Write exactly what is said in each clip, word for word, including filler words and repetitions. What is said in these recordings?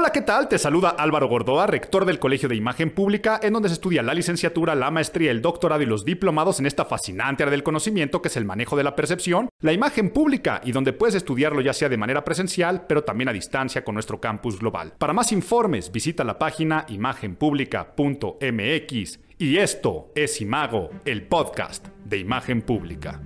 Hola, ¿qué tal? Te saluda Álvaro Gordoa, rector del Colegio de Imagen Pública, en donde se estudia la licenciatura, la maestría, el doctorado y los diplomados en esta fascinante área del conocimiento que es el manejo de la percepción, la imagen pública, y donde puedes estudiarlo ya sea de manera presencial, pero también a distancia con nuestro campus global. Para más informes, visita la página imagen pública punto m x. Y esto es Imago, el podcast de Imagen Pública.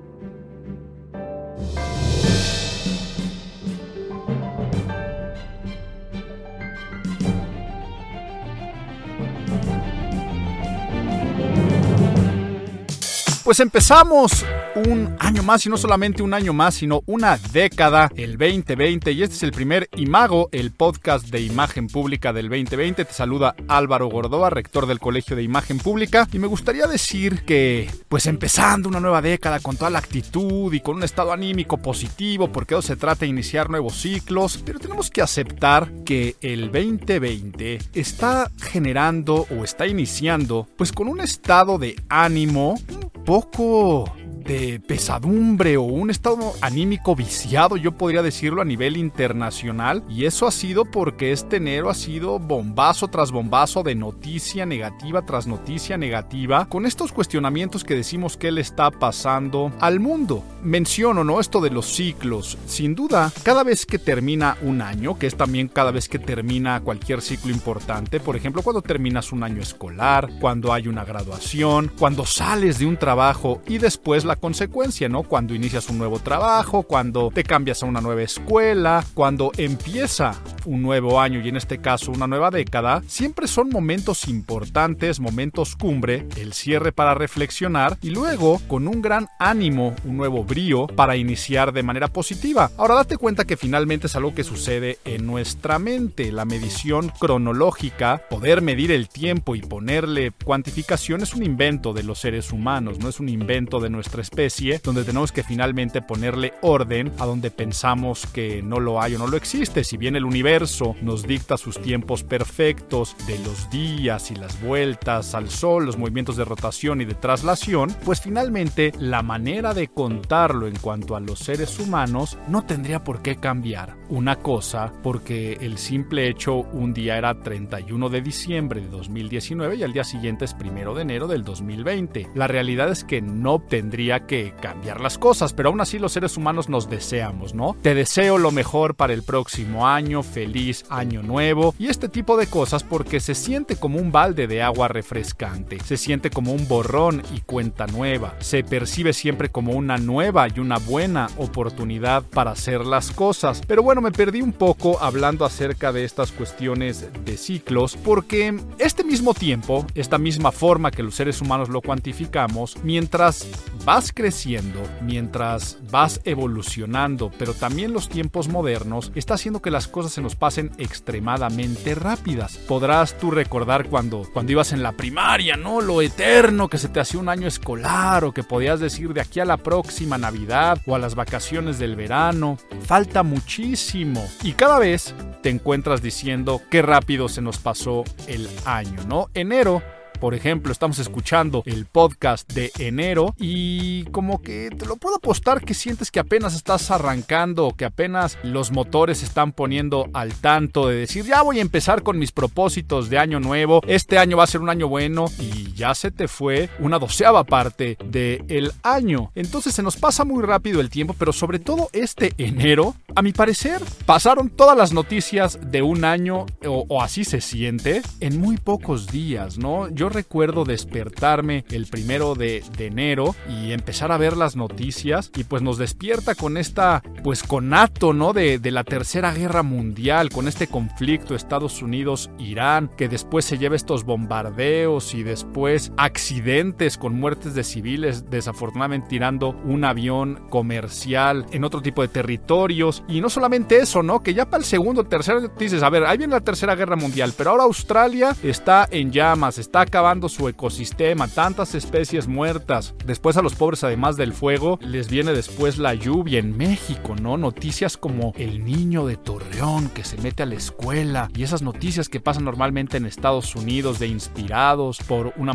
Pues empezamos un año más, y no solamente un año más, sino una década, el veinte veinte, y este es el primer Imago, el podcast de Imagen Pública del veinte veinte. Te saluda Álvaro Gordoa, rector del Colegio de Imagen Pública, y me gustaría decir que, pues empezando una nueva década con toda la actitud y con un estado anímico positivo, porque eso se trata de iniciar nuevos ciclos, pero tenemos que aceptar que el veinte veinte está generando o está iniciando, pues con un estado de ánimo un poco de pesadumbre o un estado anímico viciado, yo podría decirlo, a nivel internacional, y eso ha sido porque este enero ha sido bombazo tras bombazo de noticia negativa tras noticia negativa, con estos cuestionamientos que decimos que le está pasando al mundo. Menciono, ¿no?, esto de los ciclos. Sin duda, cada vez que termina un año, que es también cada vez que termina cualquier ciclo importante, por ejemplo, cuando terminas un año escolar, cuando hay una graduación, cuando sales de un trabajo y después la consecuencia, ¿no? Cuando inicias un nuevo trabajo, cuando te cambias a una nueva escuela, cuando empieza un nuevo año y en este caso una nueva década, siempre son momentos importantes, momentos cumbre, el cierre para reflexionar y luego con un gran ánimo, un nuevo brío para iniciar de manera positiva. Ahora date cuenta que finalmente es algo que sucede en nuestra mente. La medición cronológica, poder medir el tiempo y ponerle cuantificación, es un invento de los seres humanos, no es un invento de nuestra especie, donde tenemos que finalmente ponerle orden a donde pensamos que no lo hay o no lo existe. Si bien el universo nos dicta sus tiempos perfectos de los días y las vueltas al sol, los movimientos de rotación y de traslación, pues finalmente la manera de contarlo en cuanto a los seres humanos no tendría por qué cambiar. Una cosa, porque el simple hecho un día era treinta y uno de diciembre de dos mil diecinueve y al día siguiente es primero de enero del dos mil veinte. La realidad es que no tendría que cambiar las cosas, pero aún así los seres humanos nos deseamos, ¿no? Te deseo lo mejor para el próximo año, feliz año nuevo y este tipo de cosas, porque se siente como un balde de agua refrescante, se siente como un borrón y cuenta nueva, se percibe siempre como una nueva y una buena oportunidad para hacer las cosas. Pero bueno, me perdí un poco hablando acerca de estas cuestiones de ciclos, porque este mismo tiempo, esta misma forma que los seres humanos lo cuantificamos, mientras vas creciendo, mientras vas evolucionando, pero también los tiempos modernos, está haciendo que las cosas se nos pasen extremadamente rápidas. Podrás tú recordar cuando, cuando ibas en la primaria, ¿no? Lo eterno que se te hacía un año escolar, o que podías decir de aquí a la próxima Navidad o a las vacaciones del verano. Falta muchísimo. Y cada vez te encuentras diciendo qué rápido se nos pasó el año, ¿no? Enero, por ejemplo, estamos escuchando el podcast de enero y como que te lo puedo apostar que sientes que apenas estás arrancando, que apenas los motores se están poniendo al tanto de decir, ya voy a empezar con mis propósitos de año nuevo, este año va a ser un año bueno, y ya se te fue una doceava parte del año. Entonces se nos pasa muy rápido el tiempo, pero sobre todo este enero, a mi parecer, pasaron todas las noticias de un año, o, o así se siente, en muy pocos días, ¿no? Yo recuerdo despertarme el primero de, de enero y empezar a ver las noticias, y pues nos despierta con esta, pues conato, ¿no? De, de la tercera guerra mundial, con este conflicto Estados Unidos-Irán, que después se lleva estos bombardeos y después accidentes con muertes de civiles, desafortunadamente tirando un avión comercial en otro tipo de territorios. Y no solamente eso, ¿no? Que ya para el segundo o tercero dices, a ver, ahí viene la tercera guerra mundial, pero ahora Australia está en llamas, está acabando su ecosistema, tantas especies muertas. Después a los pobres, además del fuego, les viene después la lluvia en México, ¿no? Noticias como el niño de Torreón que se mete a la escuela, y esas noticias que pasan normalmente en Estados Unidos de inspirados por una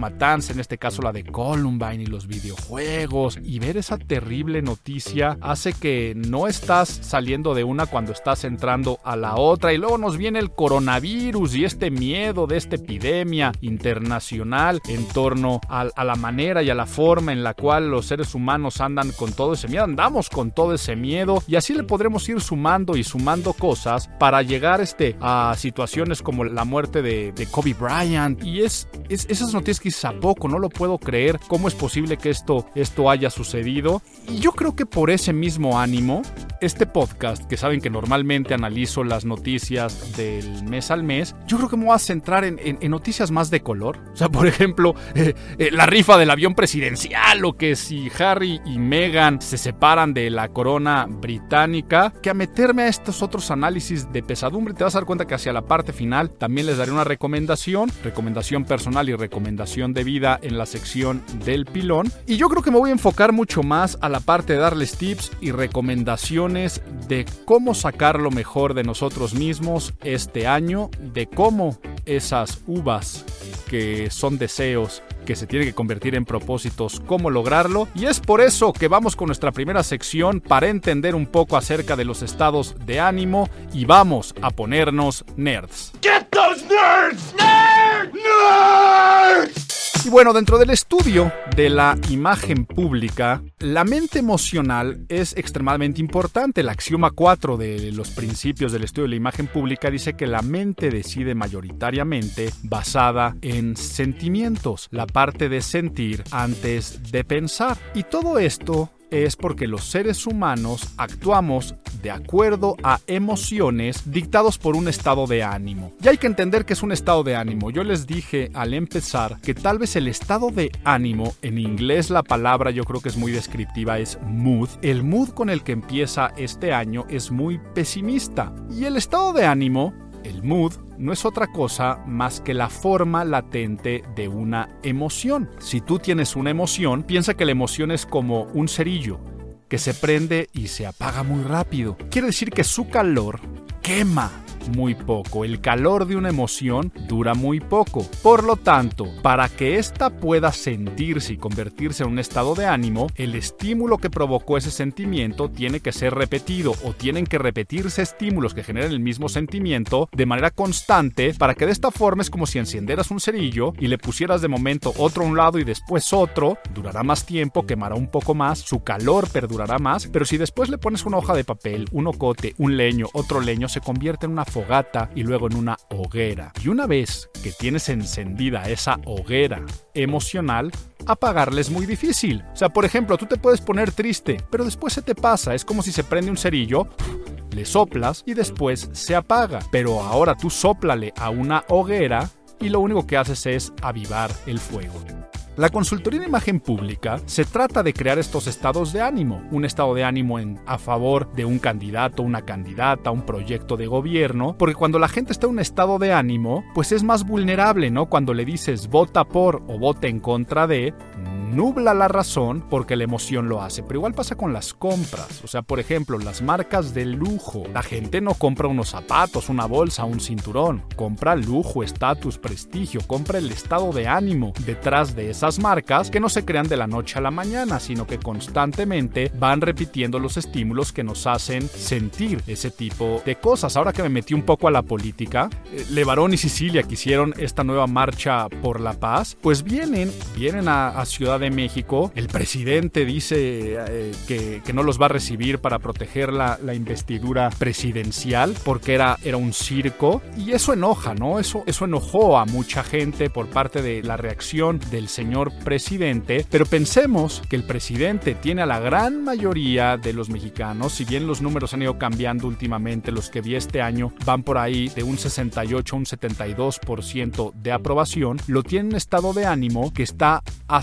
matanza, en este caso la de Columbine y los videojuegos, y ver esa terrible noticia hace que no estás saliendo de una cuando estás entrando a la otra, y luego nos viene el coronavirus y este miedo de esta epidemia internacional en torno a, a la manera y a la forma en la cual los seres humanos andan con todo ese miedo, andamos con todo ese miedo, y así le podremos ir sumando y sumando cosas para llegar este, a situaciones como la muerte de, de Kobe Bryant, y es, es esas noticias que dices, ¿a poco? No lo puedo creer, ¿cómo es posible que esto, esto haya sucedido? Y yo creo que por ese mismo ánimo, este podcast, que saben que normalmente analizo las noticias del mes al mes, yo creo que me voy a centrar en, en, en noticias más de color. O sea, por ejemplo, eh, eh, la rifa del avión presidencial, o que si Harry y Meghan se separan de la corona británica, que a meterme a estos otros análisis de pesadumbre, te vas a dar cuenta que hacia la parte final también les daré una recomendación, recomendación personal y recomendación de vida en la sección del pilón. Y yo creo que me voy a enfocar mucho más a la parte de darles tips y recomendaciones de cómo sacar lo mejor de nosotros mismos este año, de cómo esas uvas que son deseos que se tienen que convertir en propósitos, cómo lograrlo. Y es por eso que vamos con nuestra primera sección para entender un poco acerca de los estados de ánimo, y vamos a ponernos nerds. Get those nerds! Nerds! Nerds! Y bueno, dentro del estudio de la imagen pública, la mente emocional es extremadamente importante. El axioma cuatro de los principios del estudio de la imagen pública dice que la mente decide mayoritariamente basada en sentimientos, la parte de sentir antes de pensar. Y todo esto es porque los seres humanos actuamos de acuerdo a emociones dictados por un estado de ánimo. Y hay que entender que es un estado de ánimo. Yo les dije al empezar que tal vez el estado de ánimo, en inglés la palabra yo creo que es muy descriptiva, es mood. El mood con el que empieza este año es muy pesimista. Y el estado de ánimo, el mood, no es otra cosa más que la forma latente de una emoción. Si tú tienes una emoción, piensa que la emoción es como un cerillo que se prende y se apaga muy rápido. Quiere decir que su calor quema muy poco. El calor de una emoción dura muy poco. Por lo tanto, para que ésta pueda sentirse y convertirse en un estado de ánimo, el estímulo que provocó ese sentimiento tiene que ser repetido, o tienen que repetirse estímulos que generen el mismo sentimiento de manera constante, para que de esta forma es como si encendieras un cerillo y le pusieras de momento otro a un lado y después otro. Durará más tiempo, quemará un poco más, su calor perdurará más, pero si después le pones una hoja de papel, un ocote, un leño, otro leño, se convierte en una fogata y luego en una hoguera. Y una vez que tienes encendida esa hoguera emocional, apagarla es muy difícil. O sea, por ejemplo, tú te puedes poner triste, pero después se te pasa. Es como si se prende un cerillo, le soplas y después se apaga. Pero ahora tú sóplale a una hoguera y lo único que haces es avivar el fuego. La consultoría de imagen pública se trata de crear estos estados de ánimo, un estado de ánimo en, a favor de un candidato, una candidata, un proyecto de gobierno, porque cuando la gente está en un estado de ánimo, pues es más vulnerable, ¿no? Cuando le dices vota por o vota en contra de, nubla la razón porque la emoción lo hace. Pero igual pasa con las compras. O sea, por ejemplo, las marcas de lujo. La gente no compra unos zapatos, una bolsa, un cinturón. Compra lujo, estatus, prestigio. Compra el estado de ánimo detrás de esas marcas, que no se crean de la noche a la mañana, sino que constantemente van repitiendo los estímulos que nos hacen sentir ese tipo de cosas. Ahora que me metí un poco a la política, eh, Levarón y Sicilia, que hicieron esta nueva marcha por la paz, pues vienen, vienen a, a Ciudad de México. El presidente dice eh, que, que no los va a recibir para proteger la, la investidura presidencial, porque era, era un circo, y eso enoja, ¿no? Eso, eso enojó a mucha gente por parte de la reacción del señor presidente. Pero pensemos que el presidente tiene a la gran mayoría de los mexicanos, si bien los números han ido cambiando últimamente, los que vi este año van por ahí de un sesenta y ocho a un setenta y dos por ciento de aprobación, lo tiene en estado de ánimo que está a su favor.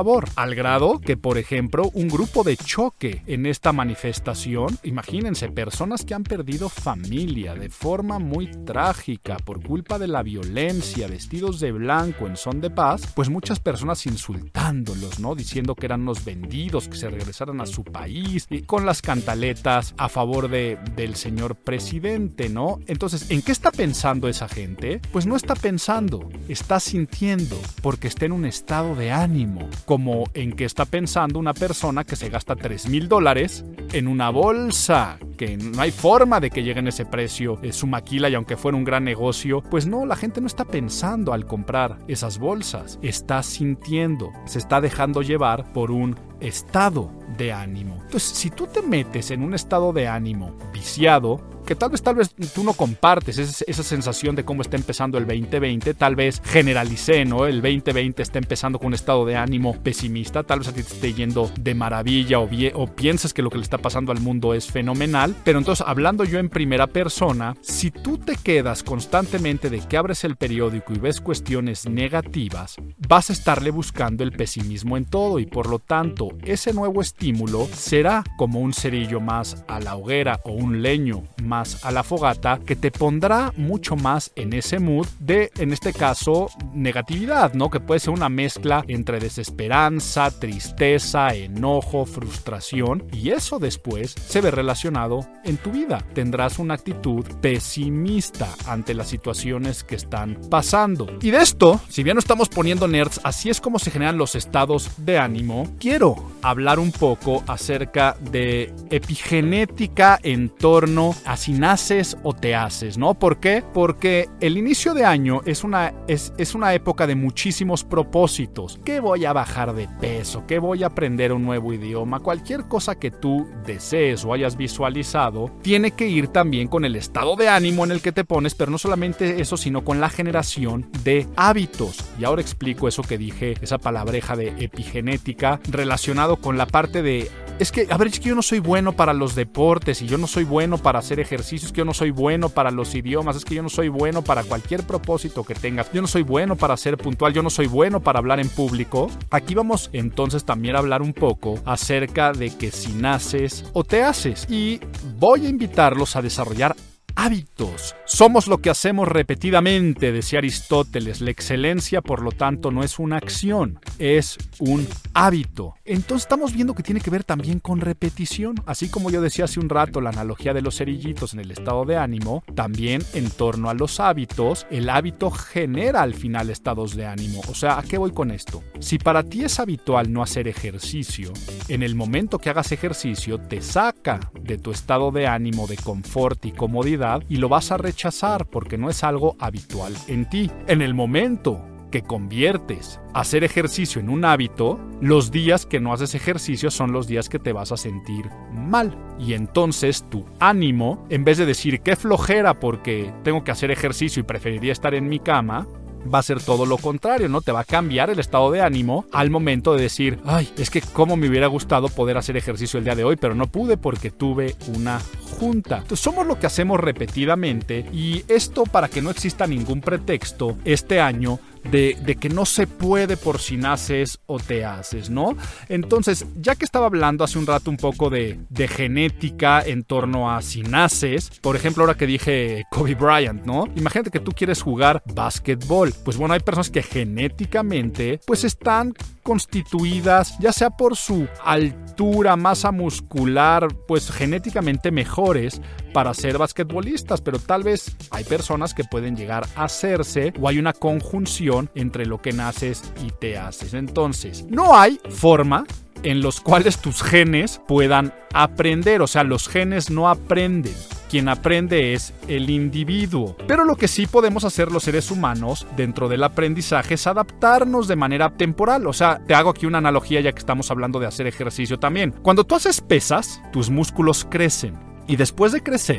favor, al grado que, por ejemplo, un grupo de choque en esta manifestación, imagínense, personas que han perdido familia de forma muy trágica por culpa de la violencia, vestidos de blanco en son de paz, pues muchas personas insultándolos, ¿no? Diciendo que eran unos vendidos, que se regresaran a su país, y con las cantaletas a favor de, del señor presidente, ¿no? Entonces, ¿en qué está pensando esa gente? Pues no está pensando, está sintiendo, porque está en un estado de ánimo, como en que está pensando una persona que se gasta tres mil dólares en una bolsa, que no hay forma de que llegue en ese precio eh, su maquila, y aunque fuera un gran negocio, pues no, la gente no está pensando al comprar esas bolsas, está sintiendo, se está dejando llevar por un estado de ánimo. Entonces, si tú te metes en un estado de ánimo viciado, que tal vez, tal vez tú no compartes esa, esa sensación de cómo está empezando el veinte veinte, tal vez generalicé, ¿no? El veinte veinte está empezando con un estado de ánimo pesimista, tal vez a ti te esté yendo de maravilla o, bien, o pienses que lo que le está pasando al mundo es fenomenal, pero entonces, hablando yo en primera persona, si tú te quedas constantemente de que abres el periódico y ves cuestiones negativas, vas a estarle buscando el pesimismo en todo, y por lo tanto, ese nuevo estímulo será como un cerillo más a la hoguera o un leño más a la fogata, que te pondrá mucho más en ese mood de, en este caso, negatividad, ¿no? Que puede ser una mezcla entre desesperanza, tristeza, enojo, frustración, y eso después se ve relacionado en tu vida. Tendrás una actitud pesimista ante las situaciones que están pasando. Y de esto, si bien no estamos poniendo nerds, así es como se generan los estados de ánimo. Quiero hablar un poco acerca de epigenética en torno a si naces o te haces, ¿no? ¿Por qué? Porque el inicio de año es una, es, es una época de muchísimos propósitos. ¿Qué voy a bajar de peso? ¿Qué voy a aprender un nuevo idioma? Cualquier cosa que tú desees o hayas visualizado tiene que ir también con el estado de ánimo en el que te pones, pero no solamente eso, sino con la generación de hábitos. Y ahora explico eso que dije, esa palabreja de epigenética, relacionado con la parte de es que, a ver, es que yo no soy bueno para los deportes, y yo no soy bueno para hacer ejercicios, que yo no soy bueno para los idiomas, es que yo no soy bueno para cualquier propósito que tengas, yo no soy bueno para ser puntual, yo no soy bueno para hablar en público. Aquí vamos entonces también a hablar un poco acerca de que si naces o te haces, y voy a invitarlos a desarrollar hábitos. Somos lo que hacemos repetidamente, decía Aristóteles. La excelencia, por lo tanto, no es una acción, es un hábito. Entonces estamos viendo que tiene que ver también con repetición. Así como yo decía hace un rato la analogía de los cerillitos en el estado de ánimo, también en torno a los hábitos, el hábito genera al final estados de ánimo. O sea, ¿a qué voy con esto? Si para ti es habitual no hacer ejercicio, en el momento que hagas ejercicio te saca de tu estado de ánimo de confort y comodidad, y lo vas a rechazar porque no es algo habitual en ti. En el momento que conviertes hacer ejercicio en un hábito, los días que no haces ejercicio son los días que te vas a sentir mal. Y entonces tu ánimo, en vez de decir qué flojera porque tengo que hacer ejercicio y preferiría estar en mi cama, va a ser todo lo contrario, ¿no? Te va a cambiar el estado de ánimo al momento de decir, ay, es que cómo me hubiera gustado poder hacer ejercicio el día de hoy, pero no pude porque tuve una junta. Entonces somos lo que hacemos repetidamente, y esto para que no exista ningún pretexto este año De, de que no se puede por si naces o te haces, ¿no? Entonces, ya que estaba hablando hace un rato un poco de, de genética en torno a si naces, por ejemplo, ahora que dije Kobe Bryant, ¿no? Imagínate que tú quieres jugar básquetbol. Pues bueno, hay personas que genéticamente pues están constituidas, ya sea por su altura, masa muscular, pues genéticamente mejores para ser basquetbolistas, pero tal vez hay personas que pueden llegar a hacerse, o hay una conjunción entre lo que naces y te haces. Entonces, no hay forma en los cuales tus genes puedan aprender, o sea, los genes no aprenden. Quien aprende es el individuo. Pero lo que sí podemos hacer los seres humanos dentro del aprendizaje es adaptarnos de manera temporal. O sea, te hago aquí una analogía ya que estamos hablando de hacer ejercicio también. Cuando tú haces pesas, tus músculos crecen. Y después de crecer,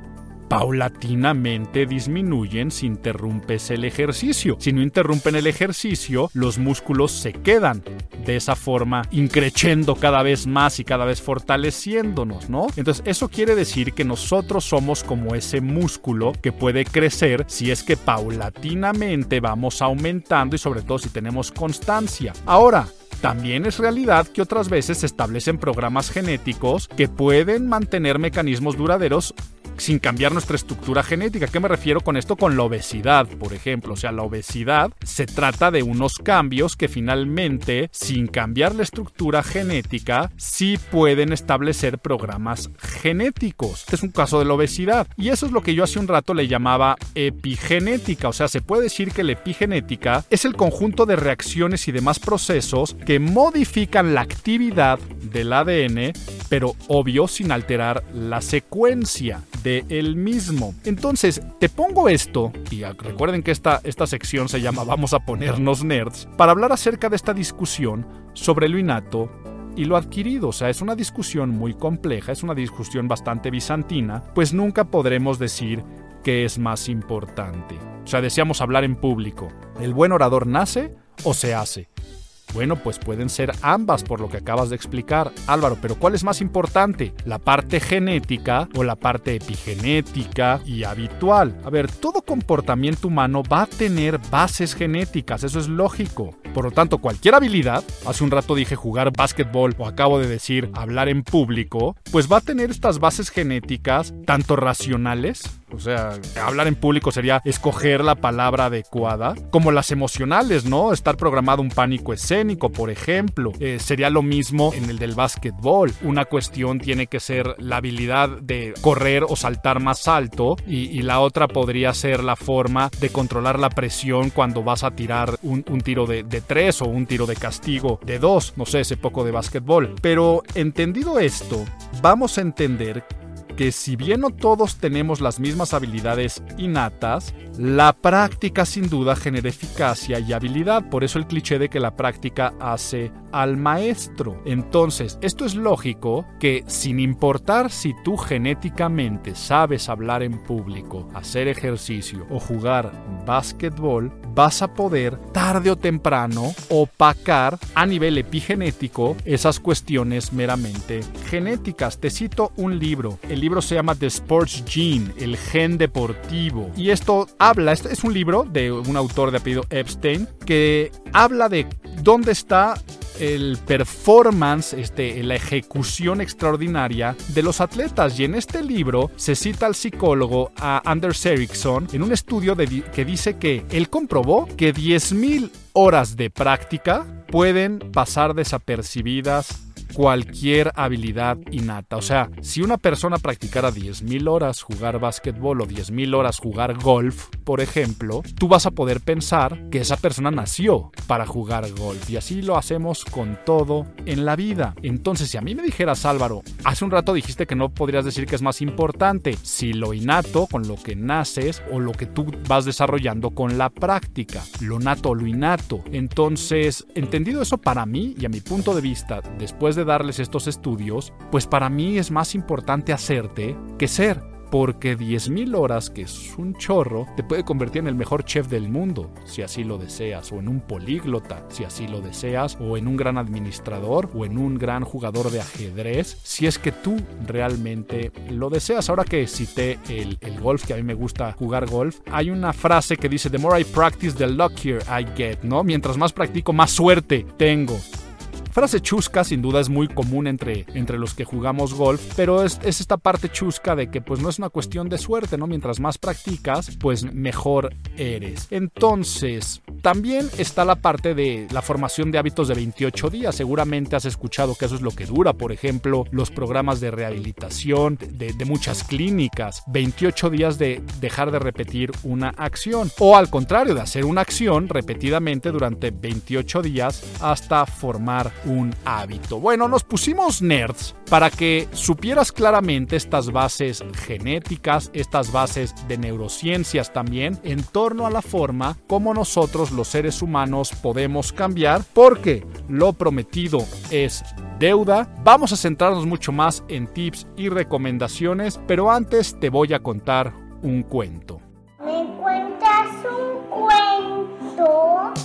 paulatinamente disminuyen si interrumpes el ejercicio. Si no interrumpen el ejercicio, los músculos se quedan de esa forma, increciendo cada vez más y cada vez fortaleciéndonos, ¿no? Entonces, eso quiere decir que nosotros somos como ese músculo que puede crecer si es que paulatinamente vamos aumentando, y sobre todo si tenemos constancia. Ahora, También es realidad que otras veces se establecen programas genéticos que pueden mantener mecanismos duraderos sin cambiar nuestra estructura genética. ¿A qué me refiero con esto? Con la obesidad, por ejemplo. O sea, la obesidad se trata de unos cambios que finalmente, sin cambiar la estructura genética, sí pueden establecer programas genéticos. Este es un caso de la obesidad. Y eso es lo que yo hace un rato le llamaba epigenética. O sea, se puede decir que la epigenética es el conjunto de reacciones y demás procesos que modifican la actividad del A D N, pero obvio sin alterar la secuencia de el mismo. Entonces, te pongo esto, y recuerden que esta, esta sección se llama Vamos a ponernos nerds, para hablar acerca de esta discusión sobre lo innato y lo adquirido. O sea, es una discusión muy compleja, es una discusión bastante bizantina, pues nunca podremos decir qué es más importante. O sea, deseamos hablar en público. ¿El buen orador nace o se hace? Bueno, pues pueden ser ambas por lo que acabas de explicar, Álvaro, pero ¿cuál es más importante? ¿La parte genética o la parte epigenética y habitual? A ver, todo comportamiento humano va a tener bases genéticas, eso es lógico. Por lo tanto, cualquier habilidad, hace un rato dije jugar básquetbol o acabo de decir hablar en público, pues va a tener estas bases genéticas tanto racionales, o sea, hablar en público sería escoger la palabra adecuada, como las emocionales, ¿no? Estar programado un pánico escénico, por ejemplo. Eh, sería lo mismo en el del básquetbol. Una cuestión tiene que ser la habilidad de correr o saltar más alto y, y la otra podría ser la forma de controlar la presión cuando vas a tirar un, un tiro de, de tres o un tiro de castigo de dos. No sé, ese poco de básquetbol. Pero entendido esto, vamos a entender que si bien no todos tenemos las mismas habilidades innatas, la práctica sin duda genera eficacia y habilidad. Por eso el cliché de que la práctica hace al maestro. Entonces, esto es lógico que sin importar si tú genéticamente sabes hablar en público, hacer ejercicio o jugar básquetbol, vas a poder tarde o temprano opacar a nivel epigenético esas cuestiones meramente genéticas. Te cito un libro. El libro se llama The Sports Gene, el gen deportivo. Y esto habla, este es un libro de un autor de apellido Epstein, que habla de dónde está el performance, este, la ejecución extraordinaria de los atletas. Y en este libro se cita al psicólogo a Anders Ericsson en un estudio de, que dice que él comprobó que diez mil horas de práctica pueden pasar desapercibidas cualquier habilidad innata. O sea, si una persona practicara diez mil horas jugar básquetbol o diez mil horas jugar golf, por ejemplo, tú vas a poder pensar que esa persona nació para jugar golf. Y así lo hacemos con todo en la vida. Entonces, si a mí me dijeras, Álvaro, hace un rato dijiste que no podrías decir que es más importante si lo innato, con lo que naces, o lo que tú vas desarrollando con la práctica, lo nato o lo innato. Entonces, entendido eso, para mí y a mi punto de vista, después de darles estos estudios, pues para mí es más importante hacerte que ser, porque diez mil horas, que es un chorro, te puede convertir en el mejor chef del mundo, si así lo deseas, o en un políglota, si así lo deseas, o en un gran administrador, o en un gran jugador de ajedrez, si es que tú realmente lo deseas. Ahora que cité el, el golf, que a mí me gusta jugar golf, hay una frase que dice: the more I practice, the luckier I get, ¿no? Mientras más practico, más suerte tengo. Frase chusca, sin duda es muy común entre, entre los que jugamos golf, pero es, es esta parte chusca de que pues no es una cuestión de suerte, ¿no? Mientras más practicas, pues mejor eres. Entonces, también está la parte de la formación de hábitos de veintiocho días. Seguramente has escuchado que eso es lo que dura, por ejemplo, los programas de rehabilitación de, de muchas clínicas. veintiocho días de dejar de repetir una acción. O al contrario, de hacer una acción repetidamente durante veintiocho días hasta formar un hábito. Bueno, nos pusimos nerds para que supieras claramente estas bases genéticas, estas bases de neurociencias también, en torno a la forma como nosotros los seres humanos podemos cambiar, porque lo prometido es deuda. Vamos a centrarnos mucho más en tips y recomendaciones, pero antes te voy a contar un cuento. ¿Me cuentas un cuento? Y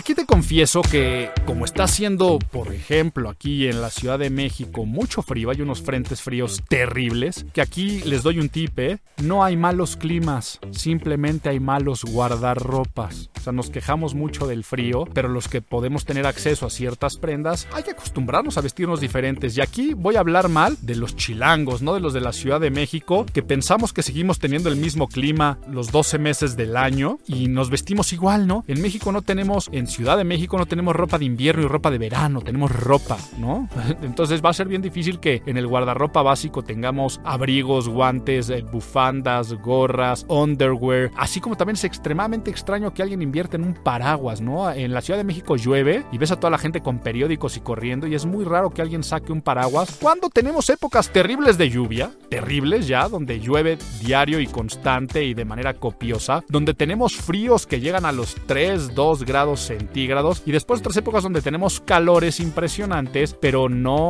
aquí te confieso que como está haciendo, por ejemplo, aquí en la Ciudad de México mucho frío, hay unos frentes fríos terribles, que aquí les doy un tip, ¿eh? No hay malos climas, simplemente hay malos guardarropas. O sea, nos quejamos mucho del frío, pero los que podemos tener acceso a ciertas prendas, hay que acostumbrarnos a vestirnos diferentes. Y aquí voy a hablar mal de los chilangos, no de los de la Ciudad de México, que pensamos que seguimos teniendo el mismo clima los doce meses del año y nos vestimos igual, ¿no? En México no tenemos, en Ciudad de México no tenemos ropa de invierno y ropa de verano, tenemos ropa, ¿no? Entonces va a ser bien difícil que en el guardarropa básico tengamos abrigos, guantes, eh, bufandas, gorras, underwear, así como también es extremadamente extraño que alguien invierte en un paraguas, ¿no? En la Ciudad de México llueve y ves a toda la gente con periódicos y corriendo y es muy raro que alguien saque un paraguas cuando tenemos épocas terribles de lluvia, terribles ya, donde llueve diario y constante y de manera copiosa, donde tenemos fríos que llegan a los tres, dos grados centígrados y después otras épocas donde tenemos calores impresionantes, pero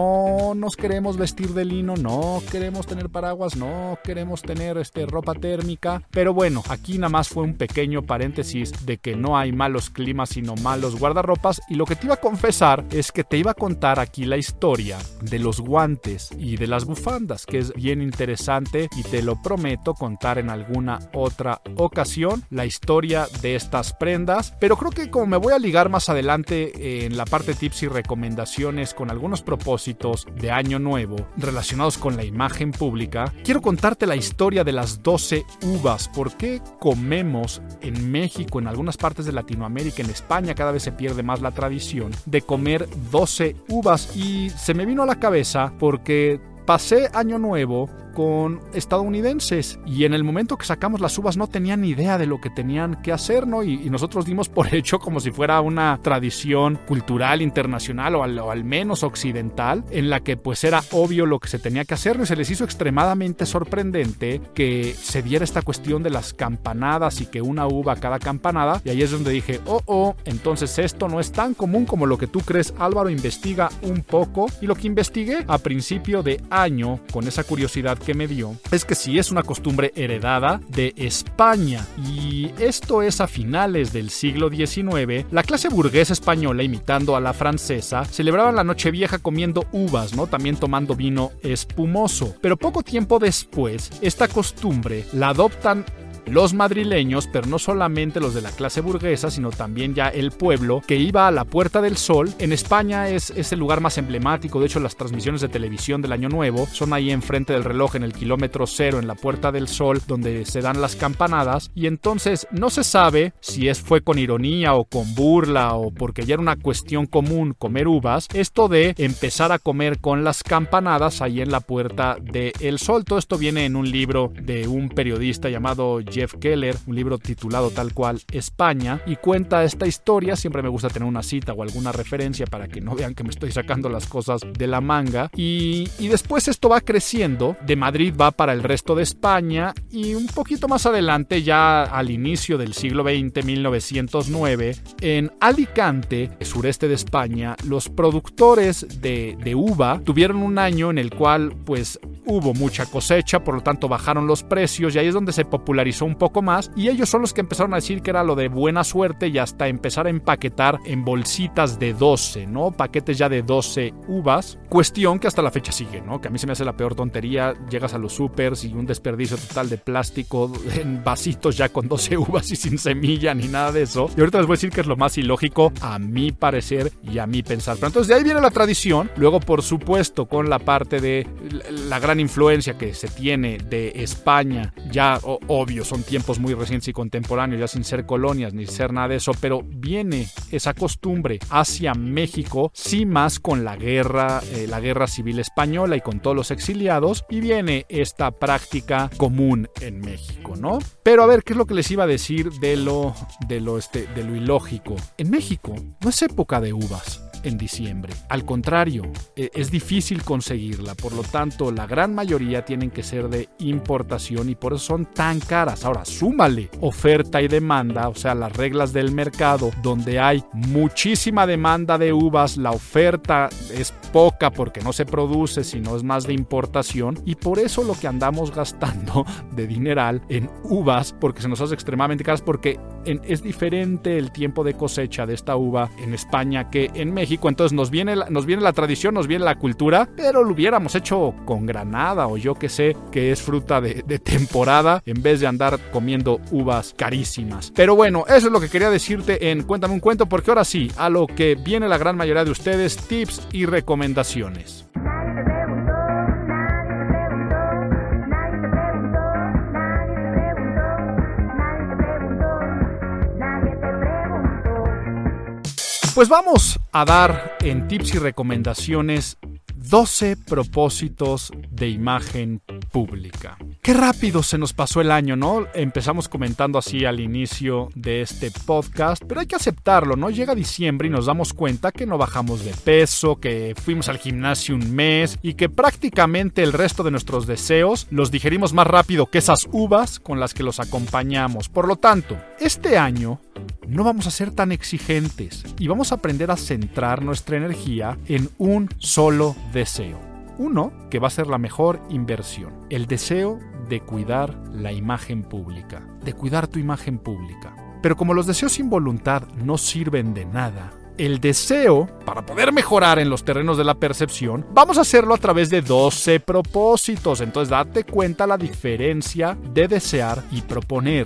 no nos queremos vestir de lino, no queremos tener paraguas, no queremos tener este, ropa térmica, pero bueno, aquí nada más fue un pequeño paréntesis de que no hay malos climas sino malos guardarropas y lo que te iba a confesar es que te iba a contar aquí la historia de los guantes y de las bufandas, que es bien interesante y te lo prometo contar en alguna otra ocasión la historia de estas prendas, pero creo que como me voy a ligar más adelante en la parte tips y recomendaciones con algunos propósitos de año nuevo relacionados con la imagen pública, quiero contarte la historia de las doce uvas. ¿Por qué comemos en México, en algunas partes de Latinoamérica, en España cada vez se pierde más la tradición de comer doce uvas? Y se me vino a la cabeza porque pasé año nuevo con estadounidenses y en el momento que sacamos las uvas no tenían ni idea de lo que tenían que hacer, ¿no? Y, y nosotros dimos por hecho como si fuera una tradición cultural internacional o al, o al menos occidental en la que pues era obvio lo que se tenía que hacer, ¿no? Y se les hizo extremadamente sorprendente que se diera esta cuestión de las campanadas y que una uva cada campanada, y ahí es donde dije, oh, oh, entonces esto no es tan común como lo que tú crees. Álvaro, investiga un poco, y lo que investigué a principio de año con esa curiosidad que me dio es que sí es una costumbre heredada de España, y esto es a finales del siglo diecinueve. La clase burguesa española, imitando a la francesa, celebraba la Nochevieja comiendo uvas, ¿no? También tomando vino espumoso, pero poco tiempo después esta costumbre la adoptan los madrileños, pero no solamente los de la clase burguesa, sino también ya el pueblo que iba a la Puerta del Sol. En España es, es el lugar más emblemático. De hecho, las transmisiones de televisión del Año Nuevo son ahí enfrente del reloj, en el kilómetro cero, en la Puerta del Sol, donde se dan las campanadas. Y entonces no se sabe si es, fue con ironía o con burla o porque ya era una cuestión común comer uvas, esto de empezar a comer con las campanadas ahí en la Puerta del Sol. Todo esto viene en un libro de un periodista llamado Jeff Keller, un libro titulado tal cual España, y cuenta esta historia. Siempre me gusta tener una cita o alguna referencia para que no vean que me estoy sacando las cosas de la manga, y, y después esto va creciendo. De Madrid va para el resto de España, y un poquito más adelante, ya al inicio del siglo veinte, mil novecientos nueve, en Alicante, sureste de España, los productores de, de uva tuvieron un año en el cual pues hubo mucha cosecha, por lo tanto bajaron los precios, y ahí es donde se popularizó un poco más, y ellos son los que empezaron a decir que era lo de buena suerte, y hasta empezar a empaquetar en bolsitas de doce, ¿no? Paquetes ya de doce uvas, cuestión que hasta la fecha sigue, ¿no? Que a mí se me hace la peor tontería. Llegas a los supers y un desperdicio total de plástico en vasitos ya con doce uvas y sin semilla ni nada de eso, y ahorita les voy a decir que es lo más ilógico a mi parecer y a mi pensar. Pero entonces de ahí viene la tradición. Luego, por supuesto, con la parte de la gran influencia que se tiene de España, ya oh, obvio, son tiempos muy recientes y contemporáneos, ya sin ser colonias ni ser nada de eso, pero viene esa costumbre hacia México, sí, más con la guerra, eh, la guerra civil española y con todos los exiliados, y viene esta práctica común en México, ¿no? Pero a ver, ¿qué es lo que les iba a decir de lo, de lo, este, de lo ilógico? En México no es época de uvas. en diciembre. Al contrario, es difícil conseguirla, por lo tanto, la gran mayoría tienen que ser de importación y por eso son tan caras. Ahora, súmale oferta y demanda, o sea, las reglas del mercado, donde hay muchísima demanda de uvas, la oferta es poca porque no se produce, sino es más de importación, y por eso lo que andamos gastando de dineral en uvas, porque se nos hace extremadamente caras, porque en, es diferente el tiempo de cosecha de esta uva en España que en México. Entonces nos viene, la, nos viene la tradición, nos viene la cultura, pero lo hubiéramos hecho con granada o yo que sé, que es fruta de, de temporada, en vez de andar comiendo uvas carísimas. Pero bueno, eso es lo que quería decirte en Cuéntame un cuento, porque ahora sí, a lo que viene la gran mayoría de ustedes, tips y recomendaciones. Pues vamos a dar en tips y recomendaciones doce propósitos de imagen pública. Qué rápido se nos pasó el año, ¿no? Empezamos comentando así al inicio de este podcast, pero hay que aceptarlo, ¿no? Llega diciembre y nos damos cuenta que no bajamos de peso, que fuimos al gimnasio un mes y que prácticamente el resto de nuestros deseos los digerimos más rápido que esas uvas con las que los acompañamos. Por lo tanto, este año no vamos a ser tan exigentes y vamos a aprender a centrar nuestra energía en un solo deseo. Uno, que va a ser la mejor inversión. El deseo de cuidar la imagen pública, de cuidar tu imagen pública. Pero como los deseos sin voluntad no sirven de nada, el deseo, para poder mejorar en los terrenos de la percepción, vamos a hacerlo a través de doce propósitos. Entonces date cuenta la diferencia de desear y proponer.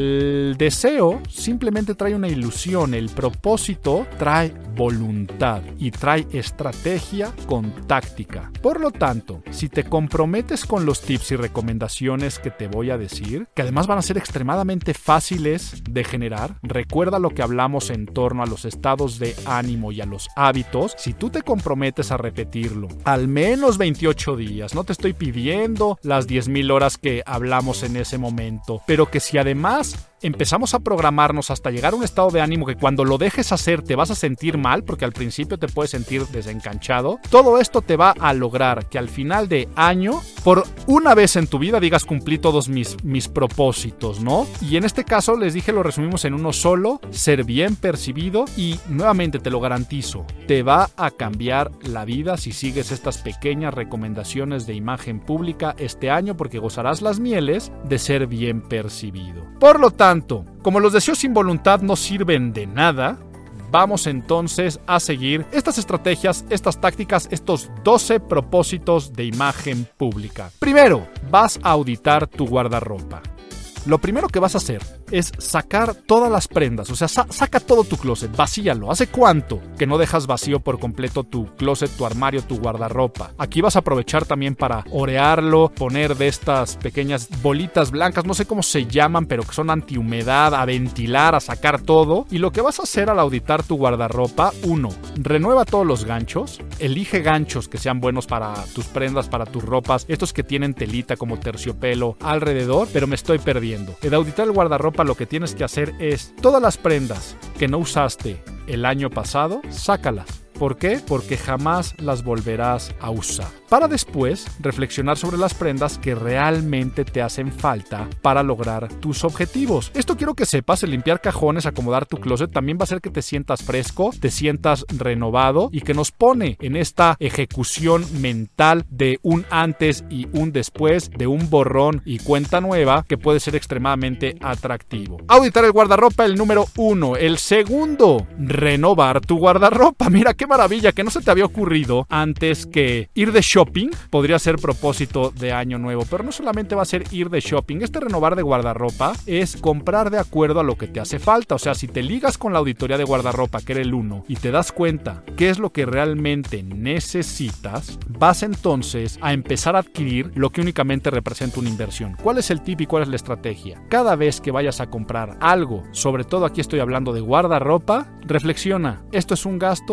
El deseo simplemente trae una ilusión, el propósito trae voluntad y trae estrategia con táctica. Por lo tanto, si te comprometes con los tips y recomendaciones que te voy a decir, que además van a ser extremadamente fáciles de generar, recuerda lo que hablamos en torno a los estados de ánimo y a los hábitos. Si tú te comprometes a repetirlo al menos veintiocho días, no te estoy pidiendo las diez mil horas que hablamos en ese momento, pero que si además empezamos a programarnos hasta llegar a un estado de ánimo que cuando lo dejes hacer te vas a sentir mal, porque al principio te puedes sentir desencanchado, todo esto te va a lograr que al final de año, por una vez en tu vida, digas cumplí todos mis, mis propósitos, ¿no? Y en este caso, les dije, lo resumimos en uno solo: ser bien percibido. Y nuevamente te lo garantizo, te va a cambiar la vida si sigues estas pequeñas recomendaciones de imagen pública este año, porque gozarás las mieles de ser bien percibido. Por lo tanto, como los deseos sin voluntad no sirven de nada, vamos entonces a seguir estas estrategias, estas tácticas, estos doce propósitos de imagen pública. Primero, vas a auditar tu guardarropa. Lo primero que vas a hacer es sacar todas las prendas, o sea, sa- saca todo tu closet, vacíalo. ¿Hace cuánto que no dejas vacío por completo tu closet, tu armario, tu guardarropa? Aquí vas a aprovechar también para orearlo, poner de estas pequeñas bolitas blancas, no sé cómo se llaman, pero que son antihumedad, a ventilar, a sacar todo. Y lo que vas a hacer al auditar tu guardarropa: uno, renueva todos los ganchos, elige ganchos que sean buenos para tus prendas, para tus ropas, estos que tienen telita como terciopelo alrededor, pero me estoy perdiendo. El auditar el guardarropa, lo que tienes que hacer es todas las prendas que no usaste el año pasado, sácalas. ¿Por qué? Porque jamás las volverás a usar. Para después reflexionar sobre las prendas que realmente te hacen falta para lograr tus objetivos. Esto quiero que sepas: el limpiar cajones, acomodar tu closet, también va a hacer que te sientas fresco, te sientas renovado, y que nos pone en esta ejecución mental de un antes y un después, de un borrón y cuenta nueva, que puede ser extremadamente atractivo. Auditar el guardarropa, el número uno. El segundo, renovar tu guardarropa. Mira qué maravilla, que no se te había ocurrido antes que ir de shopping podría ser propósito de año nuevo. Pero no solamente va a ser ir de shopping. Este renovar de guardarropa es comprar de acuerdo a lo que te hace falta. O sea, si te ligas con la auditoría de guardarropa, que era el uno, y te das cuenta qué es lo que realmente necesitas, vas entonces a empezar a adquirir lo que únicamente representa una inversión. ¿Cuál es el tip y cuál es la estrategia? Cada vez que vayas a comprar algo, sobre todo aquí estoy hablando de guardarropa, reflexiona: ¿esto es un gasto o es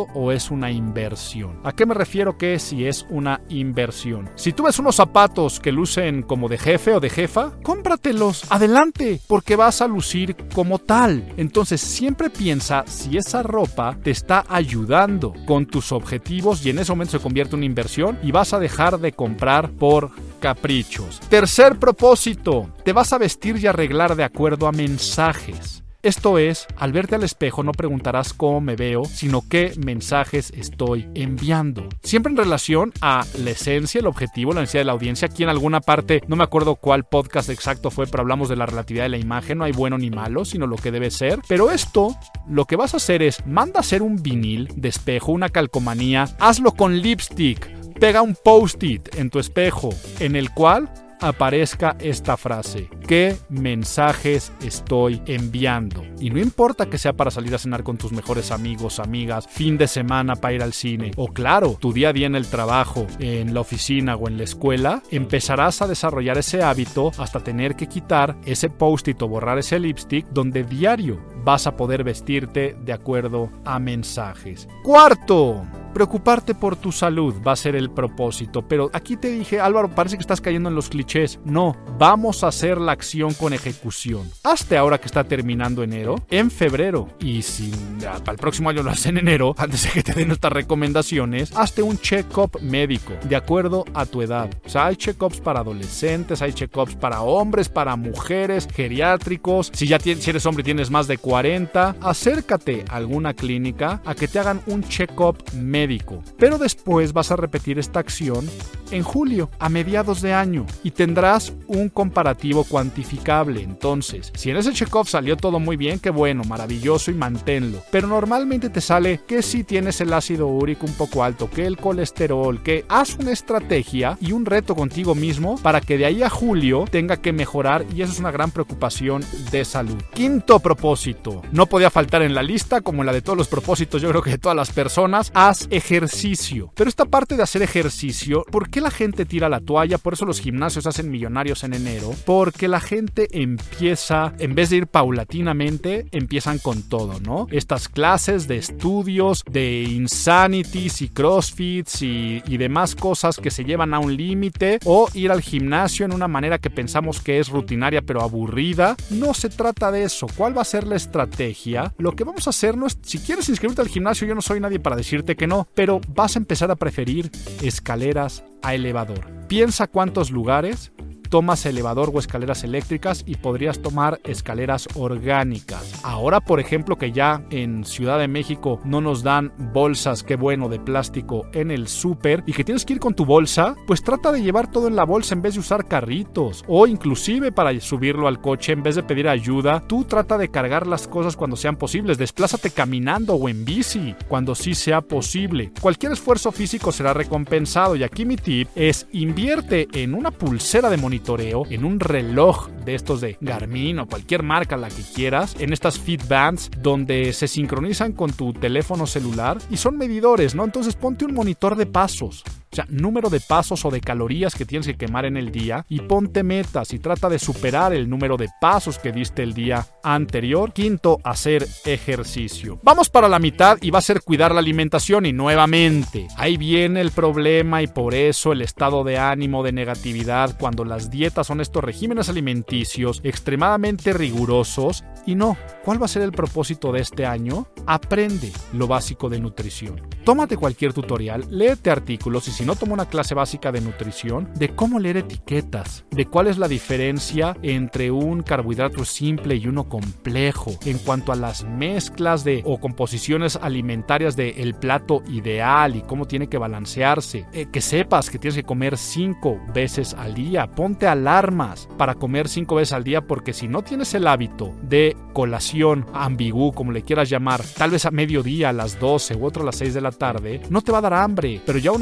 es una inversión. ¿A qué me refiero que si es una inversión? Si tú ves unos zapatos que lucen como de jefe o de jefa, cómpratelos, adelante, porque vas a lucir como tal. Entonces siempre piensa si esa ropa te está ayudando con tus objetivos y en ese momento se convierte en una inversión y vas a dejar de comprar por caprichos. Tercer propósito, te vas a vestir y arreglar de acuerdo a mensajes. Esto es, al verte al espejo no preguntarás cómo me veo, sino qué mensajes estoy enviando. Siempre en relación a la esencia, el objetivo, la necesidad de la audiencia. Aquí en alguna parte, no me acuerdo cuál podcast exacto fue, pero hablamos de la relatividad de la imagen. No hay bueno ni malo, sino lo que debe ser. Pero esto, lo que vas a hacer es, manda a hacer un vinil de espejo, una calcomanía, hazlo con lipstick, pega un post-it en tu espejo, en el cual aparezca esta frase: ¿qué mensajes estoy enviando? Y no importa que sea para salir a cenar con tus mejores amigos, amigas, fin de semana para ir al cine, o claro, tu día a día en el trabajo, en la oficina o en la escuela, empezarás a desarrollar ese hábito hasta tener que quitar ese post-it o borrar ese lipstick, donde diario vas a poder vestirte de acuerdo a mensajes. Cuarto, preocuparte por tu salud va a ser el propósito. Pero aquí te dije, Álvaro, parece que estás cayendo en los clichés. No, vamos a hacer la acción con ejecución. Hazte ahora que está terminando enero, en febrero. Y si ya, para el próximo año lo haces en enero, antes de que te den nuestras recomendaciones, hazte un check-up médico de acuerdo a tu edad. O sea, hay check-ups para adolescentes, hay check-ups para hombres, para mujeres, geriátricos. Si ya tienes, si eres hombre y tienes más de cuarenta, acércate a alguna clínica a que te hagan un check-up médico. Médico. Pero después vas a repetir esta acción en julio, a mediados de año, y tendrás un comparativo cuantificable. Entonces, si en ese check-up salió todo muy bien, qué bueno, maravilloso, y manténlo. Pero normalmente te sale que si tienes el ácido úrico un poco alto, que el colesterol, que haz una estrategia y un reto contigo mismo para que de ahí a julio tenga que mejorar, y eso es una gran preocupación de salud. Quinto propósito, no podía faltar en la lista, como en la de todos los propósitos, yo creo que de todas las personas, haz ejercicio. Pero esta parte de hacer ejercicio, ¿por qué la gente tira la toalla? Por eso los gimnasios hacen millonarios en enero, porque la gente empieza, en vez de ir paulatinamente, empiezan con todo, ¿no? Estas clases de estudios, de insanities y crossfits y, y demás cosas que se llevan a un límite, o ir al gimnasio en una manera que pensamos que es rutinaria pero aburrida. No se trata de eso. ¿Cuál va a ser la estrategia? Lo que vamos a hacer no es, si quieres inscribirte al gimnasio, yo no soy nadie para decirte que no, pero vas a empezar a preferir escaleras a elevador. Piensa cuántos lugares tomas elevador o escaleras eléctricas y podrías tomar escaleras orgánicas. Ahora, por ejemplo, que ya en Ciudad de México no nos dan bolsas, qué bueno, de plástico en el súper, y que tienes que ir con tu bolsa, pues trata de llevar todo en la bolsa en vez de usar carritos, o inclusive para subirlo al coche, en vez de pedir ayuda, tú trata de cargar las cosas cuando sean posibles. Desplázate caminando o en bici cuando sí sea posible. Cualquier esfuerzo físico será recompensado, y aquí mi tip es: invierte en una pulsera de monitoreo, en un reloj de estos de Garmin o cualquier marca, la que quieras, en estas Fitbands donde se sincronizan con tu teléfono celular y son medidores, ¿no? Entonces ponte un monitor de pasos, o sea, número de pasos o de calorías que tienes que quemar en el día, y ponte metas y trata de superar el número de pasos que diste el día anterior. Quinto, hacer ejercicio. Vamos para la mitad y va a ser cuidar la alimentación, y nuevamente, ahí viene el problema, y por eso el estado de ánimo de negatividad cuando las dietas son estos regímenes alimenticios extremadamente rigurosos. Y no, ¿cuál va a ser el propósito de este año? Aprende lo básico de nutrición. Tómate cualquier tutorial, léete artículos, y si no, toma una clase básica de nutrición, de cómo leer etiquetas, de cuál es la diferencia entre un carbohidrato simple y uno complejo, en cuanto a las mezclas de o composiciones alimentarias del plato ideal y cómo tiene que balancearse. Eh, que sepas que tienes que comer cinco veces al día. Ponte alarmas para comer cinco veces al día, porque si no tienes el hábito de colación ambiguo, como le quieras llamar, tal vez a mediodía, a las doce u otro a las seis de la tarde, no te va a dar hambre. Pero ya una vez que tienes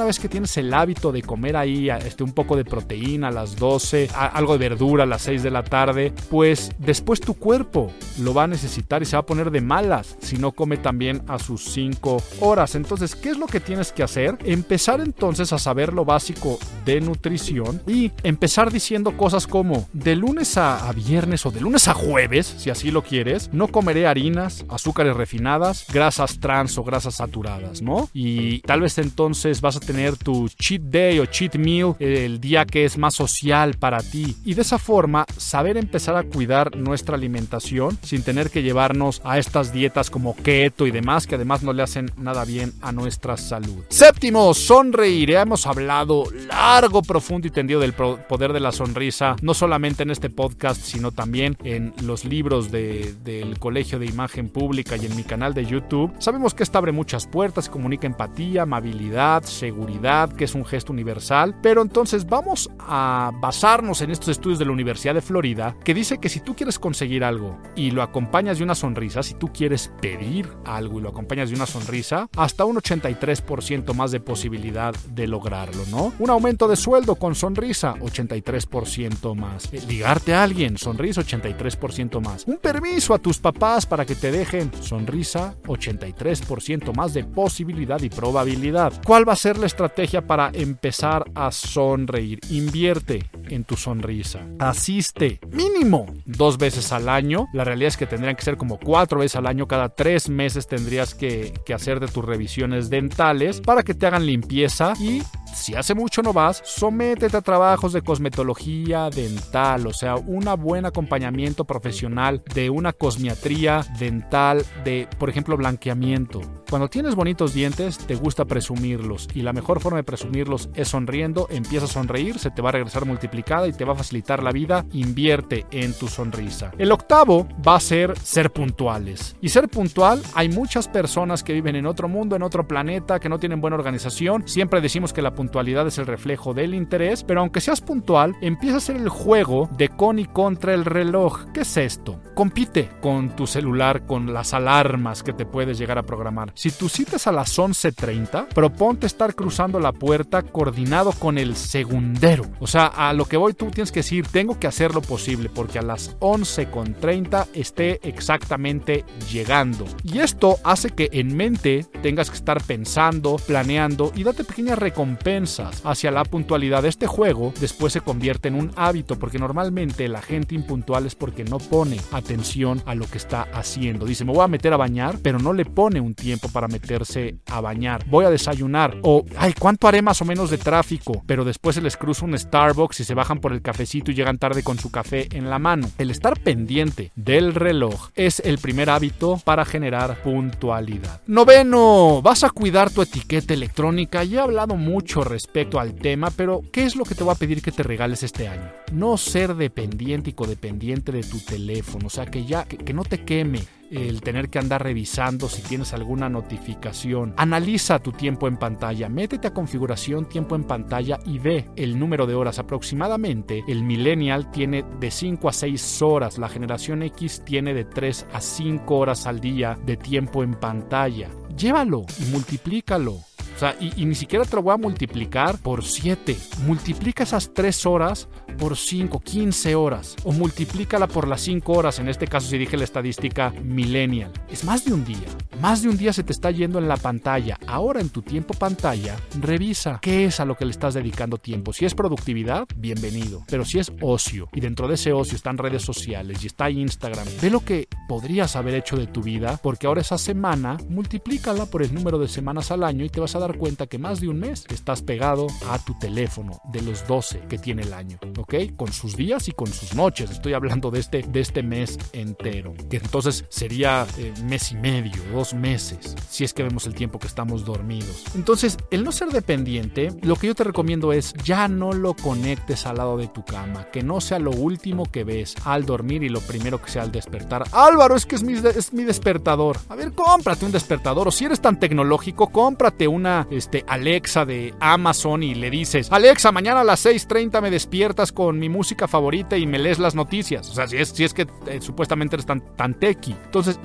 hacerse el hábito de comer ahí este, un poco de proteína a las doce, a, algo de verdura a las seis de la tarde, pues después tu cuerpo lo va a necesitar y se va a poner de malas si no come también a sus cinco horas. Entonces, ¿qué es lo que tienes que hacer? Empezar entonces a saber lo básico de nutrición y empezar diciendo cosas como de lunes a, a viernes o de lunes a jueves, si así lo quieres, no comeré harinas, azúcares refinadas, grasas trans o grasas saturadas, ¿no? Y tal vez entonces vas a tener tu cheat day o cheat meal el día que es más social para ti. Y de esa forma, saber empezar a cuidar nuestra alimentación sin tener que llevarnos a estas dietas como keto y demás, que además no le hacen nada bien a nuestra salud. Séptimo, sonreír. Ya hemos hablado largo, profundo y tendido del poder de la sonrisa, no solamente en este podcast, sino también en los libros de, del Colegio de Imagen Pública y en mi canal de YouTube. Sabemos que esta abre muchas puertas, comunica empatía, amabilidad, seguridad, que es un gesto universal, pero entonces vamos a basarnos en estos estudios de la Universidad de Florida, que dice que si tú quieres conseguir algo y lo acompañas de una sonrisa, si tú quieres pedir algo y lo acompañas de una sonrisa, hasta un ochenta y tres por ciento más de posibilidad de lograrlo, ¿no? Un aumento de sueldo con sonrisa, ochenta y tres por ciento más. Ligarte a alguien, sonrisa, ochenta y tres por ciento más. Un permiso a tus papás para que te dejen, sonrisa, ochenta y tres por ciento más de posibilidad y probabilidad. ¿Cuál va a ser la estrategia para empezar a sonreír? Invierte en tu sonrisa. Asiste mínimo dos veces al año. La realidad es que tendrían que ser como cuatro veces al año. Cada tres meses tendrías que, que hacer de tus revisiones dentales para que te hagan limpieza y si hace mucho no vas, sométete a trabajos de cosmetología dental, o sea, un buen acompañamiento profesional de una cosmiatría dental, de, por ejemplo, blanqueamiento. Cuando tienes bonitos dientes, te gusta presumirlos y la mejor forma de presumirlos es sonriendo. Empieza a sonreír, se te va a regresar multiplicada y te va a facilitar la vida. Invierte en tu sonrisa. El octavo va a ser ser puntuales. Y ser puntual, hay muchas personas que viven en otro mundo, en otro planeta, que no tienen buena organización. Siempre decimos que la puntualidad es el reflejo del interés, pero aunque seas puntual, empieza a ser el juego de con y contra el reloj. ¿Qué es esto? Compite con tu celular, con las alarmas que te puedes llegar a programar. Si tu cita es a las once treinta, proponte estar cruzando la puerta coordinado con el segundero. O sea, a lo que voy tú tienes que decir, tengo que hacer lo posible porque a las once treinta esté exactamente llegando. Y esto hace que en mente tengas que estar pensando, planeando y date pequeñas recompensas hacia la puntualidad. Este juego después se convierte en un hábito porque normalmente la gente impuntual es porque no pone atención a lo que está haciendo. Dice, me voy a meter a bañar, pero no le pone un tiempo para meterse a bañar. Voy a desayunar. O, ay, ¿cuánto haré más o menos de tráfico? Pero después se les cruza un Starbucks y se bajan por el cafecito y llegan tarde con su café en la mano. El estar pendiente del reloj es el primer hábito para generar puntualidad. Noveno, vas a cuidar tu etiqueta electrónica. Ya he hablado mucho respecto al tema, pero ¿qué es lo que te voy a pedir que te regales este año? No ser dependiente y codependiente de tu teléfono. O sea, que ya, que, que no te queme el tener que andar revisando si tienes alguna notificación. Analiza tu tiempo en pantalla, métete a configuración tiempo en pantalla y ve el número de horas. Aproximadamente el millennial tiene de cinco a seis horas, la generación X tiene de tres a cinco horas al día de tiempo en pantalla. Llévalo y multiplícalo. O sea, y, y ni siquiera te lo voy a multiplicar por siete. Multiplica esas tres horas por cinco, quince horas. O multiplícala por las cinco horas. En este caso, si dije la estadística millennial. Es más de un día. Más de un día se te está yendo en la pantalla. Ahora en tu tiempo pantalla, revisa qué es a lo que le estás dedicando tiempo. Si es productividad, bienvenido. Pero si es ocio, y dentro de ese ocio están redes sociales y está Instagram, ve lo que podrías haber hecho de tu vida, porque ahora esa semana, multiplícala por el número de semanas al año y te vas a dar cuenta que más de un mes estás pegado a tu teléfono de los doce que tiene el año, ¿ok? Con sus días y con sus noches. Estoy hablando de este, de este mes entero, que entonces sería eh, mes y medio, dos meses, si es que vemos el tiempo que estamos dormidos. Entonces, el no ser dependiente, lo que yo te recomiendo es ya no lo conectes al lado de tu cama, que no sea lo último que ves al dormir y lo primero que sea al despertar. Álvaro, es que es mi, es mi despertador. A ver, cómprate un despertador, o si eres tan tecnológico, cómprate una este, Alexa de Amazon y le dices, Alexa, mañana a las seis treinta me despiertas con mi música favorita y me lees las noticias. O sea, si es, si es que eh, supuestamente eres tan, tan techy. Entonces, esto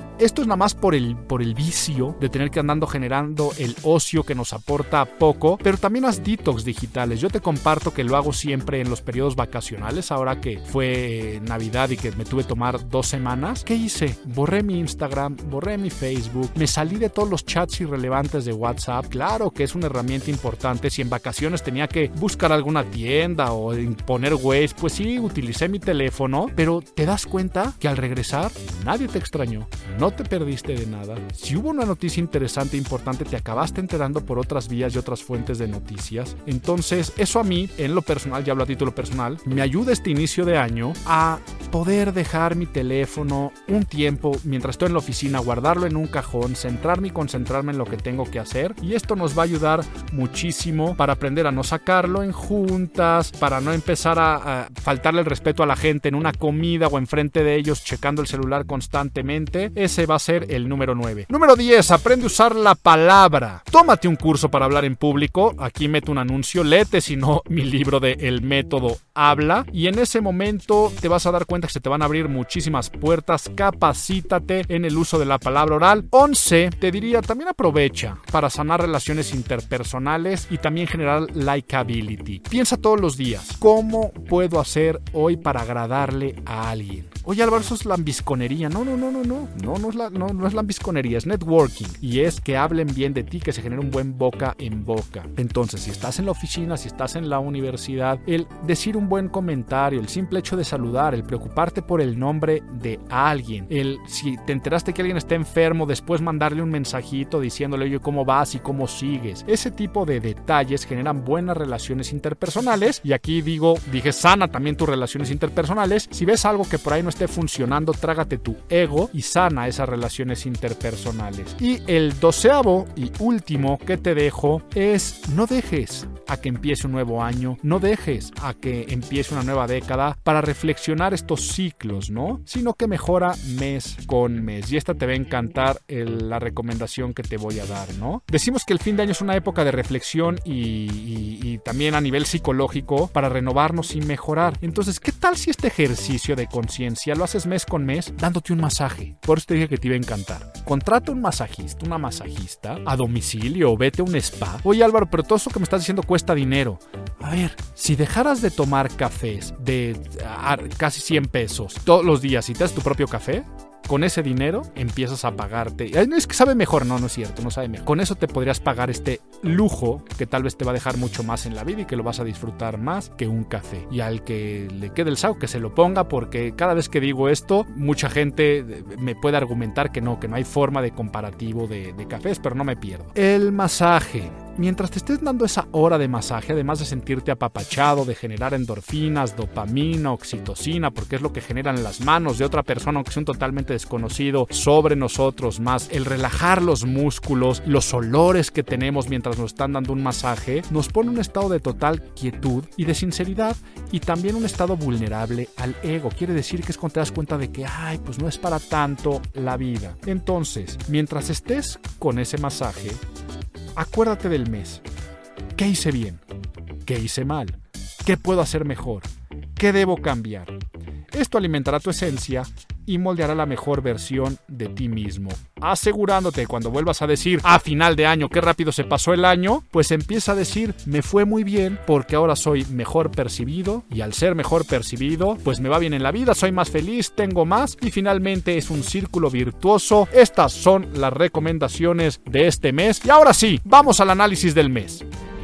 es nada más por el, por el vicio de tener que andando generando el ocio que nos aporta poco, pero también haz detox digitales. Yo te comparto que lo hago siempre en los periodos vacacionales, ahora que fue Navidad y que me tuve que tomar dos semanas. ¿Qué hice? Borré mi Instagram, borré mi Facebook, me salí de todos los chats irrelevantes de WhatsApp. Claro que es una herramienta importante. Si en vacaciones tenía que buscar alguna tienda o poner Waze, pues sí, utilicé mi teléfono, pero te das cuenta que al regresar nadie te extrañó, no te perdiste de nada. Si hubo una noticia interesante e importante, te acabaste enterando por otras vías y otras fuentes de noticias. Entonces, eso a mí, en lo personal, ya hablo a título personal, me ayuda este inicio de año a poder dejar mi teléfono un tiempo mientras estoy en la oficina, guardarlo en un cajón, centrarme y concentrarme en lo que tengo que hacer. Y esto nos va a ayudar muchísimo para aprender a no sacarlo en juntas, para no empezar a, a faltarle el respeto a la gente en una comida o enfrente de ellos checando el celular constantemente. Ese va a ser el número nueve. Número diez. Aprende a usar la palabra. Tómate un curso para hablar en público. Aquí meto un anuncio. Léete, si no, mi libro de El Método Habla. Y en ese momento te vas a dar cuenta que se te van a abrir muchísimas puertas. Capacítate en el uso de la palabra oral. once. Te diría, también aprovecha para sanar relaciones interpersonales y también generar likability. Piensa todos los días, ¿cómo puedo hacer hoy para agradarle a alguien? Oye, Álvaro, eso es lambisconería. No, no, no, no, no. No, no es, la, no, no es lambisconería, es networking. Y es que hablen bien de ti, que se genere un buen boca en boca. Entonces, si estás en la oficina, si estás en la universidad, el decir un buen comentario, el simple hecho de saludar, el preocuparte por el nombre de alguien, el si te enteraste que alguien está enfermo, después mandarle un mensajito diciéndole, oye, ¿cómo vas y cómo sigues? Ese tipo de detalles generan buenas relaciones interpersonales. Y aquí digo, dije, sana también tus relaciones interpersonales. Si ves algo que por ahí no esté funcionando, trágate tu ego y sana esas relaciones interpersonales. Y el doceavo y último que te dejo es: no dejes a que empiece un nuevo año, no dejes a que empiece una nueva década para reflexionar estos ciclos, ¿no? Sino que mejora mes con mes. Y esta te va a encantar el, la recomendación que te voy a dar, ¿no? Decimos que el fin de año es una época de reflexión y, y, y también a nivel psicológico para renovarnos y mejorar. Entonces, ¿qué tal si este ejercicio de conciencia lo haces mes con mes dándote un masaje? Por eso te dije que te iba a encantar. Contrata un masajista, una masajista a domicilio o vete a un spa. Oye, Álvaro, pero todo eso que me estás diciendo cuesta dinero. A ver, si dejaras de tomar cafés de a, casi cien pesos todos los días y te das tu propio café, con ese dinero empiezas a pagarte. Es que sabe mejor, no, no es cierto, no sabe mejor. Con eso te podrías pagar este lujo que tal vez te va a dejar mucho más en la vida y que lo vas a disfrutar más que un café. Y al que le quede el sao, que se lo ponga, porque cada vez que digo esto, mucha gente me puede argumentar que no, que no hay forma de comparativo de, de cafés, pero no me pierdo. El masaje. Mientras te estés dando esa hora de masaje, además de sentirte apapachado, de generar endorfinas, dopamina, oxitocina, porque es lo que generan las manos de otra persona, aunque sea un totalmente desconocido, sobre nosotros, más el relajar los músculos, los olores que tenemos mientras nos están dando un masaje, nos pone en un estado de total quietud y de sinceridad, y también un estado vulnerable al ego. Quiere decir que es cuando te das cuenta de que, ay, pues no es para tanto la vida. Entonces, mientras estés con ese masaje, acuérdate del mes. ¿Qué hice bien? ¿Qué hice mal? ¿Qué puedo hacer mejor? ¿Qué debo cambiar? Esto alimentará tu esencia y moldeará la mejor versión de ti mismo, asegurándote que cuando vuelvas a decir a final de año qué rápido se pasó el año, pues empieza a decir me fue muy bien porque ahora soy mejor percibido, y al ser mejor percibido pues me va bien en la vida, soy más feliz, tengo más, y finalmente es un círculo virtuoso. Estas son las recomendaciones de este mes y ahora sí, vamos al análisis del mes.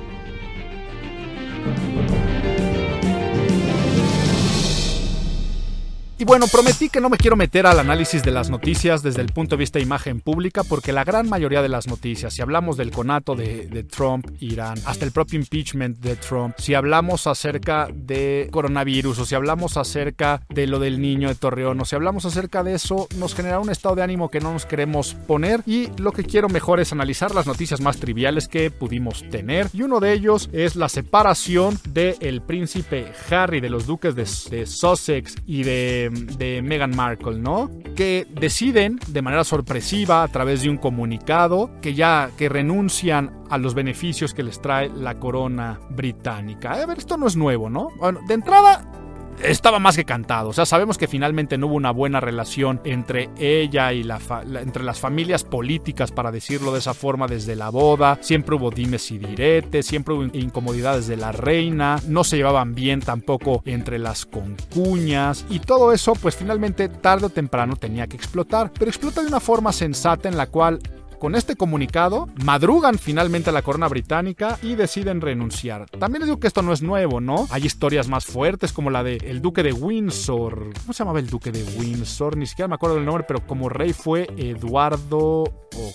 Y bueno, prometí que no me quiero meter al análisis de las noticias desde el punto de vista de imagen pública, porque la gran mayoría de las noticias, si hablamos del conato de, de Trump, Irán, hasta el propio impeachment de Trump, si hablamos acerca de coronavirus, o si hablamos acerca de lo del niño de Torreón, o si hablamos acerca de eso, nos genera un estado de ánimo que no nos queremos poner, y lo que quiero mejor es analizar las noticias más triviales que pudimos tener, y uno de ellos es la separación del príncipe Harry, de los duques de, de Sussex y de de Meghan Markle, ¿no? Que deciden de manera sorpresiva a través de un comunicado que ya que renuncian a los beneficios que les trae la corona británica. A ver, esto no es nuevo, ¿no? Bueno, de entrada, estaba más que cantado. O sea, sabemos que finalmente no hubo una buena relación entre ella y la, fa- la entre las familias políticas, para decirlo de esa forma, desde la boda. Siempre hubo dimes y diretes, siempre hubo incomodidades de la reina, no se llevaban bien tampoco entre las concuñas, y todo eso pues finalmente tarde o temprano tenía que explotar, pero explota de una forma sensata en la cual, con este comunicado, madrugan finalmente a la corona británica y deciden renunciar. También les digo que esto no es nuevo, ¿no? Hay historias más fuertes como la de el duque de Windsor. ¿Cómo se llamaba el duque de Windsor? Ni siquiera me acuerdo del nombre, pero como rey fue Eduardo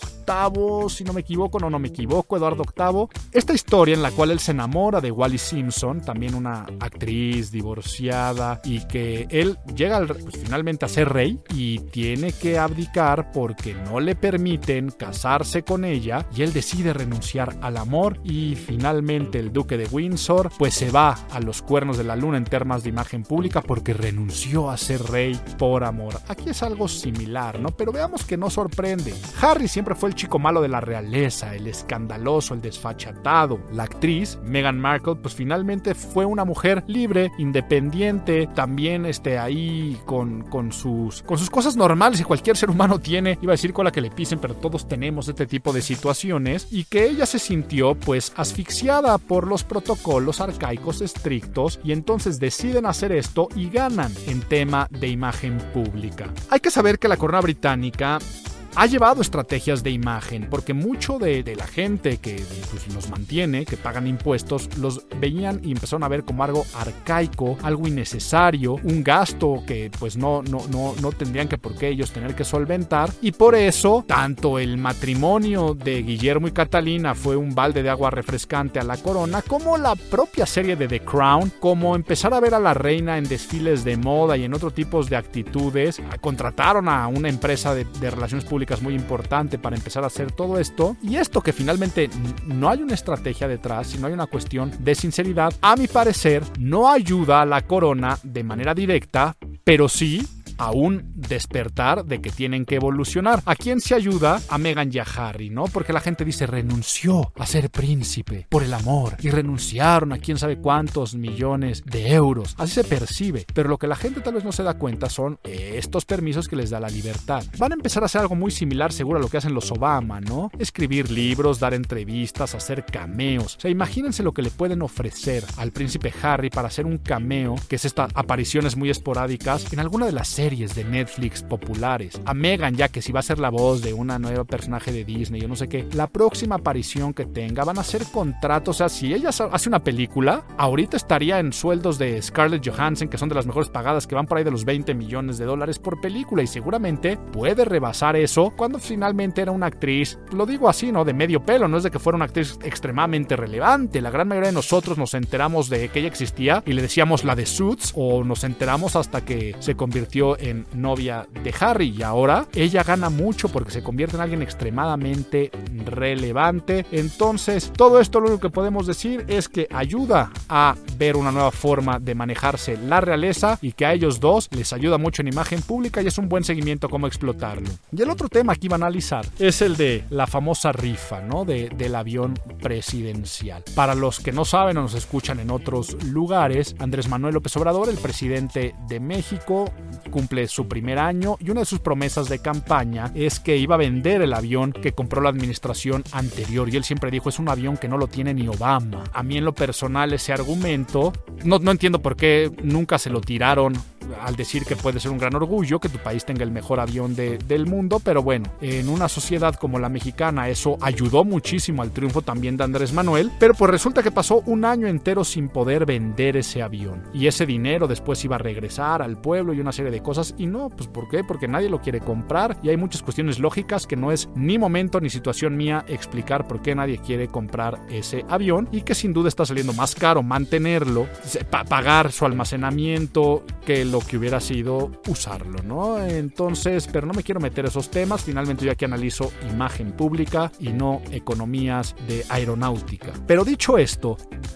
octavo, si no me equivoco, no, no me equivoco, Eduardo octavo. Esta historia en la cual él se enamora de Wallis Simpson, también una actriz divorciada, y que él llega al, pues, finalmente a ser rey y tiene que abdicar porque no le permiten casarse con ella, y él decide renunciar al amor, y finalmente el duque de Windsor pues se va a los cuernos de la luna en temas de imagen pública porque renunció a ser rey por amor. Aquí es algo similar, ¿no? Pero veamos que no sorprende. Harry siempre fue el chico malo de la realeza, el escandaloso, el desfachatado. La actriz, Meghan Markle, pues finalmente fue una mujer libre, independiente, también este, ahí con, con, sus, con sus cosas normales que cualquier ser humano tiene. Iba a decir con la que le pisen, pero todos tenemos este tipo de situaciones, y que ella se sintió pues asfixiada por los protocolos arcaicos estrictos, y entonces deciden hacer esto y ganan en tema de imagen pública. Hay que saber que la corona británica ha llevado estrategias de imagen, porque mucho de, de la gente que pues, los mantiene, que pagan impuestos, los veían y empezaron a ver como algo arcaico, algo innecesario, un gasto que pues no, no, no, no tendrían que por qué ellos tener que solventar, y por eso tanto el matrimonio de Guillermo y Catalina fue un balde de agua refrescante a la corona, como la propia serie de The Crown, como empezar a ver a la reina en desfiles de moda y en otro tipo de actitudes. Contrataron a una empresa de, de relaciones públicas muy importante para empezar a hacer todo esto, y esto que finalmente no hay una estrategia detrás, sino hay una cuestión de sinceridad, a mi parecer no ayuda a la corona de manera directa, pero sí a un despertar de que tienen que evolucionar. ¿A quién se ayuda? A Meghan y a Harry, ¿no? Porque la gente dice, renunció a ser príncipe por el amor, y renunciaron a quién sabe cuántos millones de euros. Así se percibe, pero lo que la gente tal vez no se da cuenta son estos permisos que les da la libertad. Van a empezar a hacer algo muy similar seguro a lo que hacen los Obama, ¿no? Escribir libros, dar entrevistas, hacer cameos. O sea, imagínense lo que le pueden ofrecer al príncipe Harry para hacer un cameo, que es estas apariciones muy esporádicas en alguna de las series de Netflix populares. A Meghan, ya que si va a ser la voz de una nueva personaje de Disney, yo no sé qué, la próxima aparición que tenga van a ser contratos. O sea, si ella hace una película, ahorita estaría en sueldos de Scarlett Johansson, que son de las mejores pagadas, que van por ahí de los veinte millones de dólares por película, y seguramente puede rebasar eso cuando finalmente era una actriz, lo digo así, ¿no? De medio pelo, no es de que fuera una actriz extremadamente relevante. La gran mayoría de nosotros nos enteramos de que ella existía y le decíamos la de Suits, o nos enteramos hasta que se convirtió en novia de Harry, y ahora ella gana mucho porque se convierte en alguien extremadamente relevante. Entonces, todo esto lo único que podemos decir es que ayuda a ver una nueva forma de manejarse la realeza, y que a ellos dos les ayuda mucho en imagen pública, y es un buen seguimiento cómo explotarlo. Y el otro tema que iban a analizar es el de la famosa rifa, ¿no? De, del avión presidencial. Para los que no saben o nos escuchan en otros lugares, Andrés Manuel López Obrador, el presidente de México, cumple su primer año, y una de sus promesas de campaña es que iba a vender el avión que compró la administración anterior, y él siempre dijo, es un avión que no lo tiene ni Obama. A mí en lo personal ese argumento, no, no entiendo por qué nunca se lo tiraron al decir que puede ser un gran orgullo que tu país tenga el mejor avión de, del mundo, pero bueno, en una sociedad como la mexicana eso ayudó muchísimo al triunfo también de Andrés Manuel, pero pues resulta que pasó un año entero sin poder vender ese avión, y ese dinero después iba a regresar al pueblo y una serie de cosas, y no, pues ¿por qué? Porque nadie lo quiere comprar, y hay muchas cuestiones lógicas que no es ni momento ni situación mía explicar por qué nadie quiere comprar ese avión, y que sin duda está saliendo más caro mantenerlo, pagar su almacenamiento, que lo que hubiera sido usarlo, ¿no? Entonces, pero no me quiero meter esos temas. Finalmente yo aquí analizo imagen pública y no economías de aeronáutica. Pero dicho esto,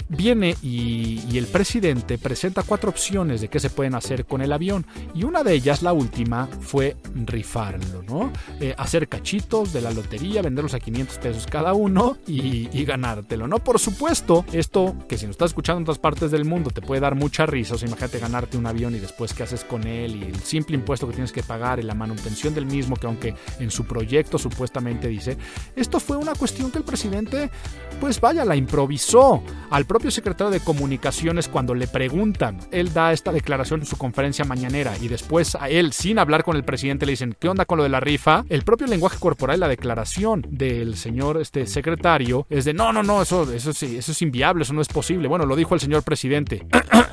viene y, y el presidente presenta cuatro opciones de qué se pueden hacer con el avión, y una de ellas, la última, fue rifarlo, ¿no? Eh, hacer cachitos de la lotería, venderlos a quinientos pesos cada uno y, y ganártelo, ¿no? Por supuesto, esto que si nos estás escuchando en otras partes del mundo te puede dar mucha risa. O sea, imagínate ganarte un avión y después qué haces con él, y el simple impuesto que tienes que pagar y la manutención del mismo, que aunque en su proyecto supuestamente dice, esto fue una cuestión que el presidente, pues vaya, la improvisó. Al propio secretario de Comunicaciones, cuando le preguntan, él da esta declaración en su conferencia mañanera y después a él, sin hablar con el presidente, le dicen, ¿qué onda con lo de la rifa? El propio lenguaje corporal y la declaración del señor este, secretario es de, no, no, no, eso, eso, sí, eso es inviable, eso no es posible. Bueno, lo dijo el señor presidente.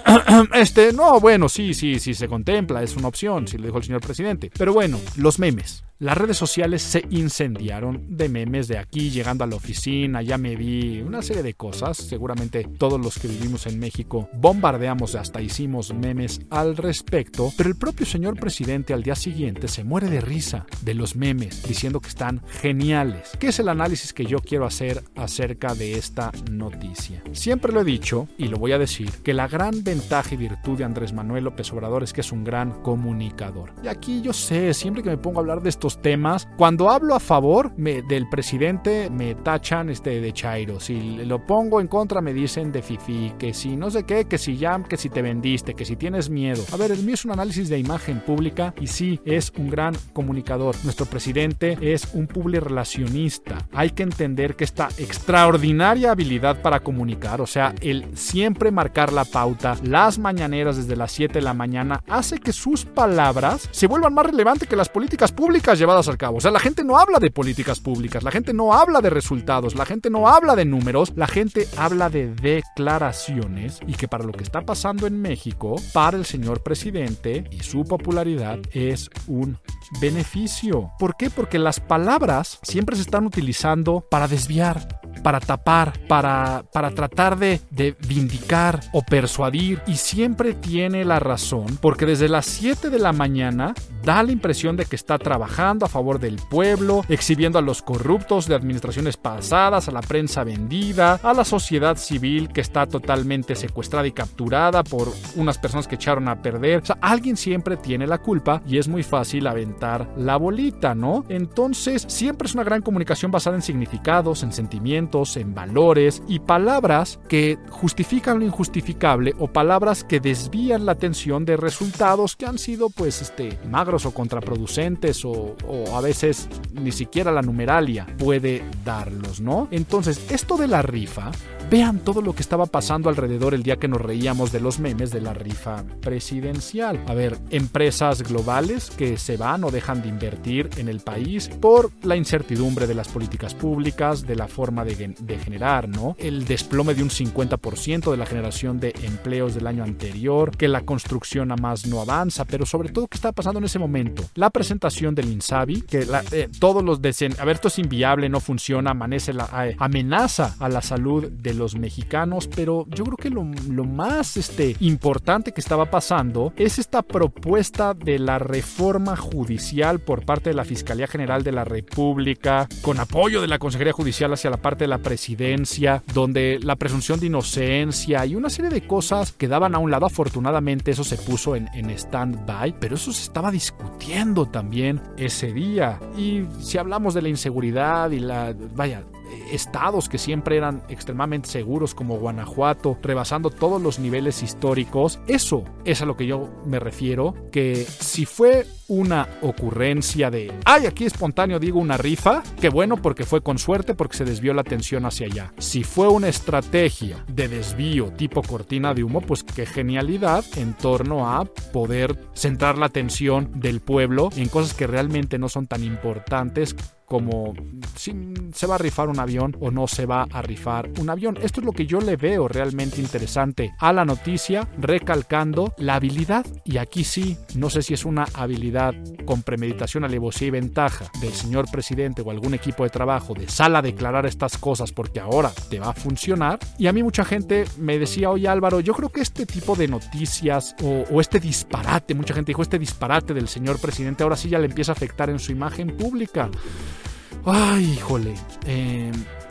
Este, no, bueno, sí, sí, sí se contempla, es una opción, sí lo dijo el señor presidente. Pero bueno, los memes. Las redes sociales se incendiaron de memes de aquí llegando a la oficina, ya me vi, una serie de cosas. Seguramente todos los que vivimos en México bombardeamos, hasta hicimos memes al respecto. Pero el propio señor presidente al día siguiente se muere de risa de los memes, diciendo que están geniales. ¿Qué es el análisis que yo quiero hacer acerca de esta noticia? Siempre lo he dicho y lo voy a decir, que la gran ventaja y virtud de Andrés Manuel López Obrador es que es un gran comunicador. Y aquí yo sé, siempre que me pongo a hablar de estos temas, cuando hablo a favor me, del presidente me tachan este, de chairo, si lo pongo en contra me dicen de fifí, que si no sé qué, que si ya, que si te vendiste, que si tienes miedo. A ver, el mío es un análisis de imagen pública y sí, es un gran comunicador. Nuestro presidente es un publirelacionista. Hay que entender que esta extraordinaria habilidad para comunicar, o sea, el siempre marcar la pauta, las mañaneras desde las siete de la mañana, hace que sus palabras se vuelvan más relevantes que las políticas públicas llevadas a cabo. O sea, la gente no habla de políticas públicas, la gente no habla de resultados, la gente no habla de números, la gente habla de declaraciones, y que para lo que está pasando en México, para el señor presidente y su popularidad es un beneficio. ¿Por qué? Porque las palabras siempre se están utilizando para desviar, para tapar, para, para tratar de, de vindicar o persuadir, y siempre tiene la razón, porque desde las siete de la mañana da la impresión de que está trabajando a favor del pueblo, exhibiendo a los corruptos de administraciones pasadas, a la prensa vendida, a la sociedad civil que está totalmente secuestrada y capturada por unas personas que echaron a perder. O sea, alguien siempre tiene la culpa y es muy fácil aventar la bolita, ¿no? Entonces, siempre es una gran comunicación basada en significados, en sentimientos, en valores y palabras que justifican lo injustificable, o palabras que desvían la atención de resultados que han sido, pues, este, magros o contraproducentes, o, o a veces ni siquiera la numeralia puede darlos, ¿no? Entonces, esto de la rifa, vean todo lo que estaba pasando alrededor el día que nos reíamos de los memes de la rifa presidencial. A ver, empresas globales que se van o dejan de invertir en el país por la incertidumbre de las políticas públicas, de la forma de, de generar, ¿no? El desplome de un cincuenta por ciento de la generación de empleos del año anterior, que la construcción a más no avanza, pero sobre todo, ¿qué está pasando en ese momento? La presentación del INSABI, que la, eh, todos los desen... A ver, esto es inviable, no funciona, amanece la, eh, amenaza a la salud de los mexicanos, pero yo creo que lo, lo más este, importante que estaba pasando es esta propuesta de la reforma judicial por parte de la Fiscalía General de la República, con apoyo de la Consejería Judicial hacia la parte de la presidencia, donde la presunción de inocencia y una serie de cosas quedaban a un lado. Afortunadamente eso se puso en, en stand-by, pero eso se estaba discutiendo también ese día. Y si hablamos de la inseguridad y la, vaya, estados que siempre eran extremadamente seguros como Guanajuato, rebasando todos los niveles históricos, eso es a lo que yo me refiero, que si fue una ocurrencia de, ay, aquí espontáneo digo una rifa, qué bueno, porque fue con suerte, porque se desvió la atención hacia allá. Si fue una estrategia de desvío tipo cortina de humo, pues qué genialidad en torno a poder centrar la atención del pueblo en cosas que realmente no son tan importantes, como si se va a rifar un avión o no se va a rifar un avión. Esto es lo que yo le veo realmente interesante a la noticia, recalcando la habilidad, y aquí sí, no sé si es una habilidad con premeditación, alevosía y ventaja del señor presidente o algún equipo de trabajo de sal a declarar estas cosas porque ahora te va a funcionar. Y a mí mucha gente me decía, oye Álvaro, yo creo que este tipo de noticias o, o este disparate, mucha gente dijo, este disparate del señor presidente ahora sí ya le empieza a afectar en su imagen pública. Ay, híjole, eh,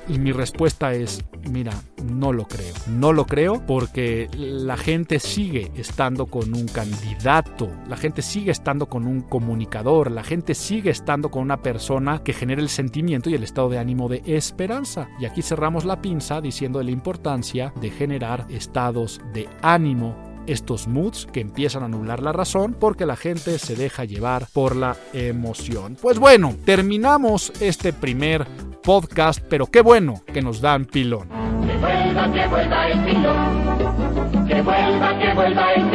Y mi respuesta es, mira, no lo creo. No lo creo porque la gente sigue estando con un candidato, la gente sigue estando con un comunicador, la gente sigue estando con una persona que genera el sentimiento y el estado de ánimo de esperanza. Y aquí cerramos la pinza diciendo de la importancia de generar estados de ánimo, estos moods que empiezan a nublar la razón porque la gente se deja llevar por la emoción. Pues bueno, terminamos este primer podcast, pero qué bueno que nos dan pilón. Que vuelva, que vuelva el pilón. Que vuelva, que vuelva el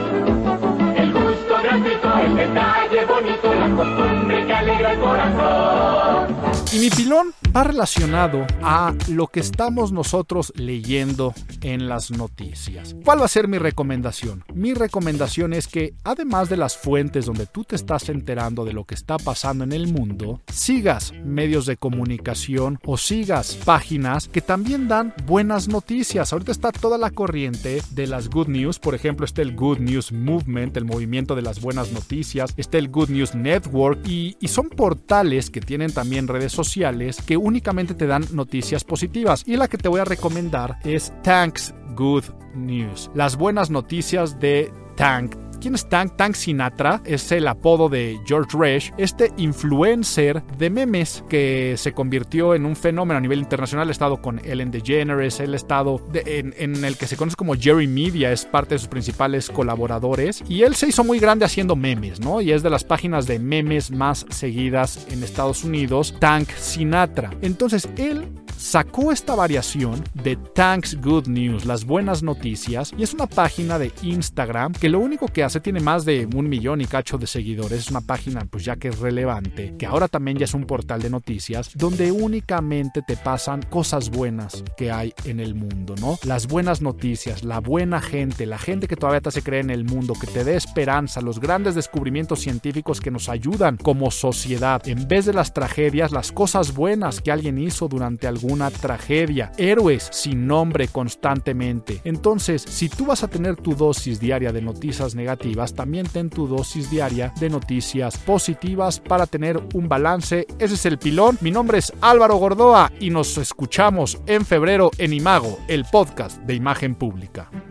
pilón. El gusto gratuito, el detalle bonito, la costumbre que alegra el corazón. Y mi pilón va relacionado a lo que estamos nosotros leyendo en las noticias. ¿Cuál va a ser mi recomendación? Mi recomendación es que, además de las fuentes donde tú te estás enterando de lo que está pasando en el mundo, sigas medios de comunicación o sigas páginas que también dan buenas noticias. Ahorita está toda la corriente de las good news. Por ejemplo, está el Good News Movement, el movimiento de las buenas noticias. Está el Good News Network y, y son portales que tienen también redes sociales que únicamente te dan noticias positivas. Y la que te voy a recomendar es Tank's Good News. Las buenas noticias de Tank. ¿Quién es Tank? Tank Sinatra es el apodo de George Resch, este influencer de memes que se convirtió en un fenómeno a nivel internacional. Ha estado con Ellen DeGeneres, él ha estado de, en, en el que se conoce como Jerry Media, es parte de sus principales colaboradores y él se hizo muy grande haciendo memes, ¿no? Y es de las páginas de memes más seguidas en Estados Unidos, Tank Sinatra. Entonces él sacó esta variación de Tank's Good News, las buenas noticias, y es una página de Instagram que lo único que hace, tiene más de un millón y cacho de seguidores, es una página pues ya que es relevante, que ahora también ya es un portal de noticias, donde únicamente te pasan cosas buenas que hay en el mundo, ¿no? Las buenas noticias, la buena gente, la gente que todavía te hace creer en el mundo, que te dé esperanza, los grandes descubrimientos científicos que nos ayudan como sociedad, en vez de las tragedias, las cosas buenas que alguien hizo durante algún una tragedia, héroes sin nombre constantemente. Entonces, si tú vas a tener tu dosis diaria de noticias negativas, también ten tu dosis diaria de noticias positivas para tener un balance. Ese es el pilón. Mi nombre es Álvaro Gordoa y nos escuchamos en febrero en Imago, el podcast de imagen pública.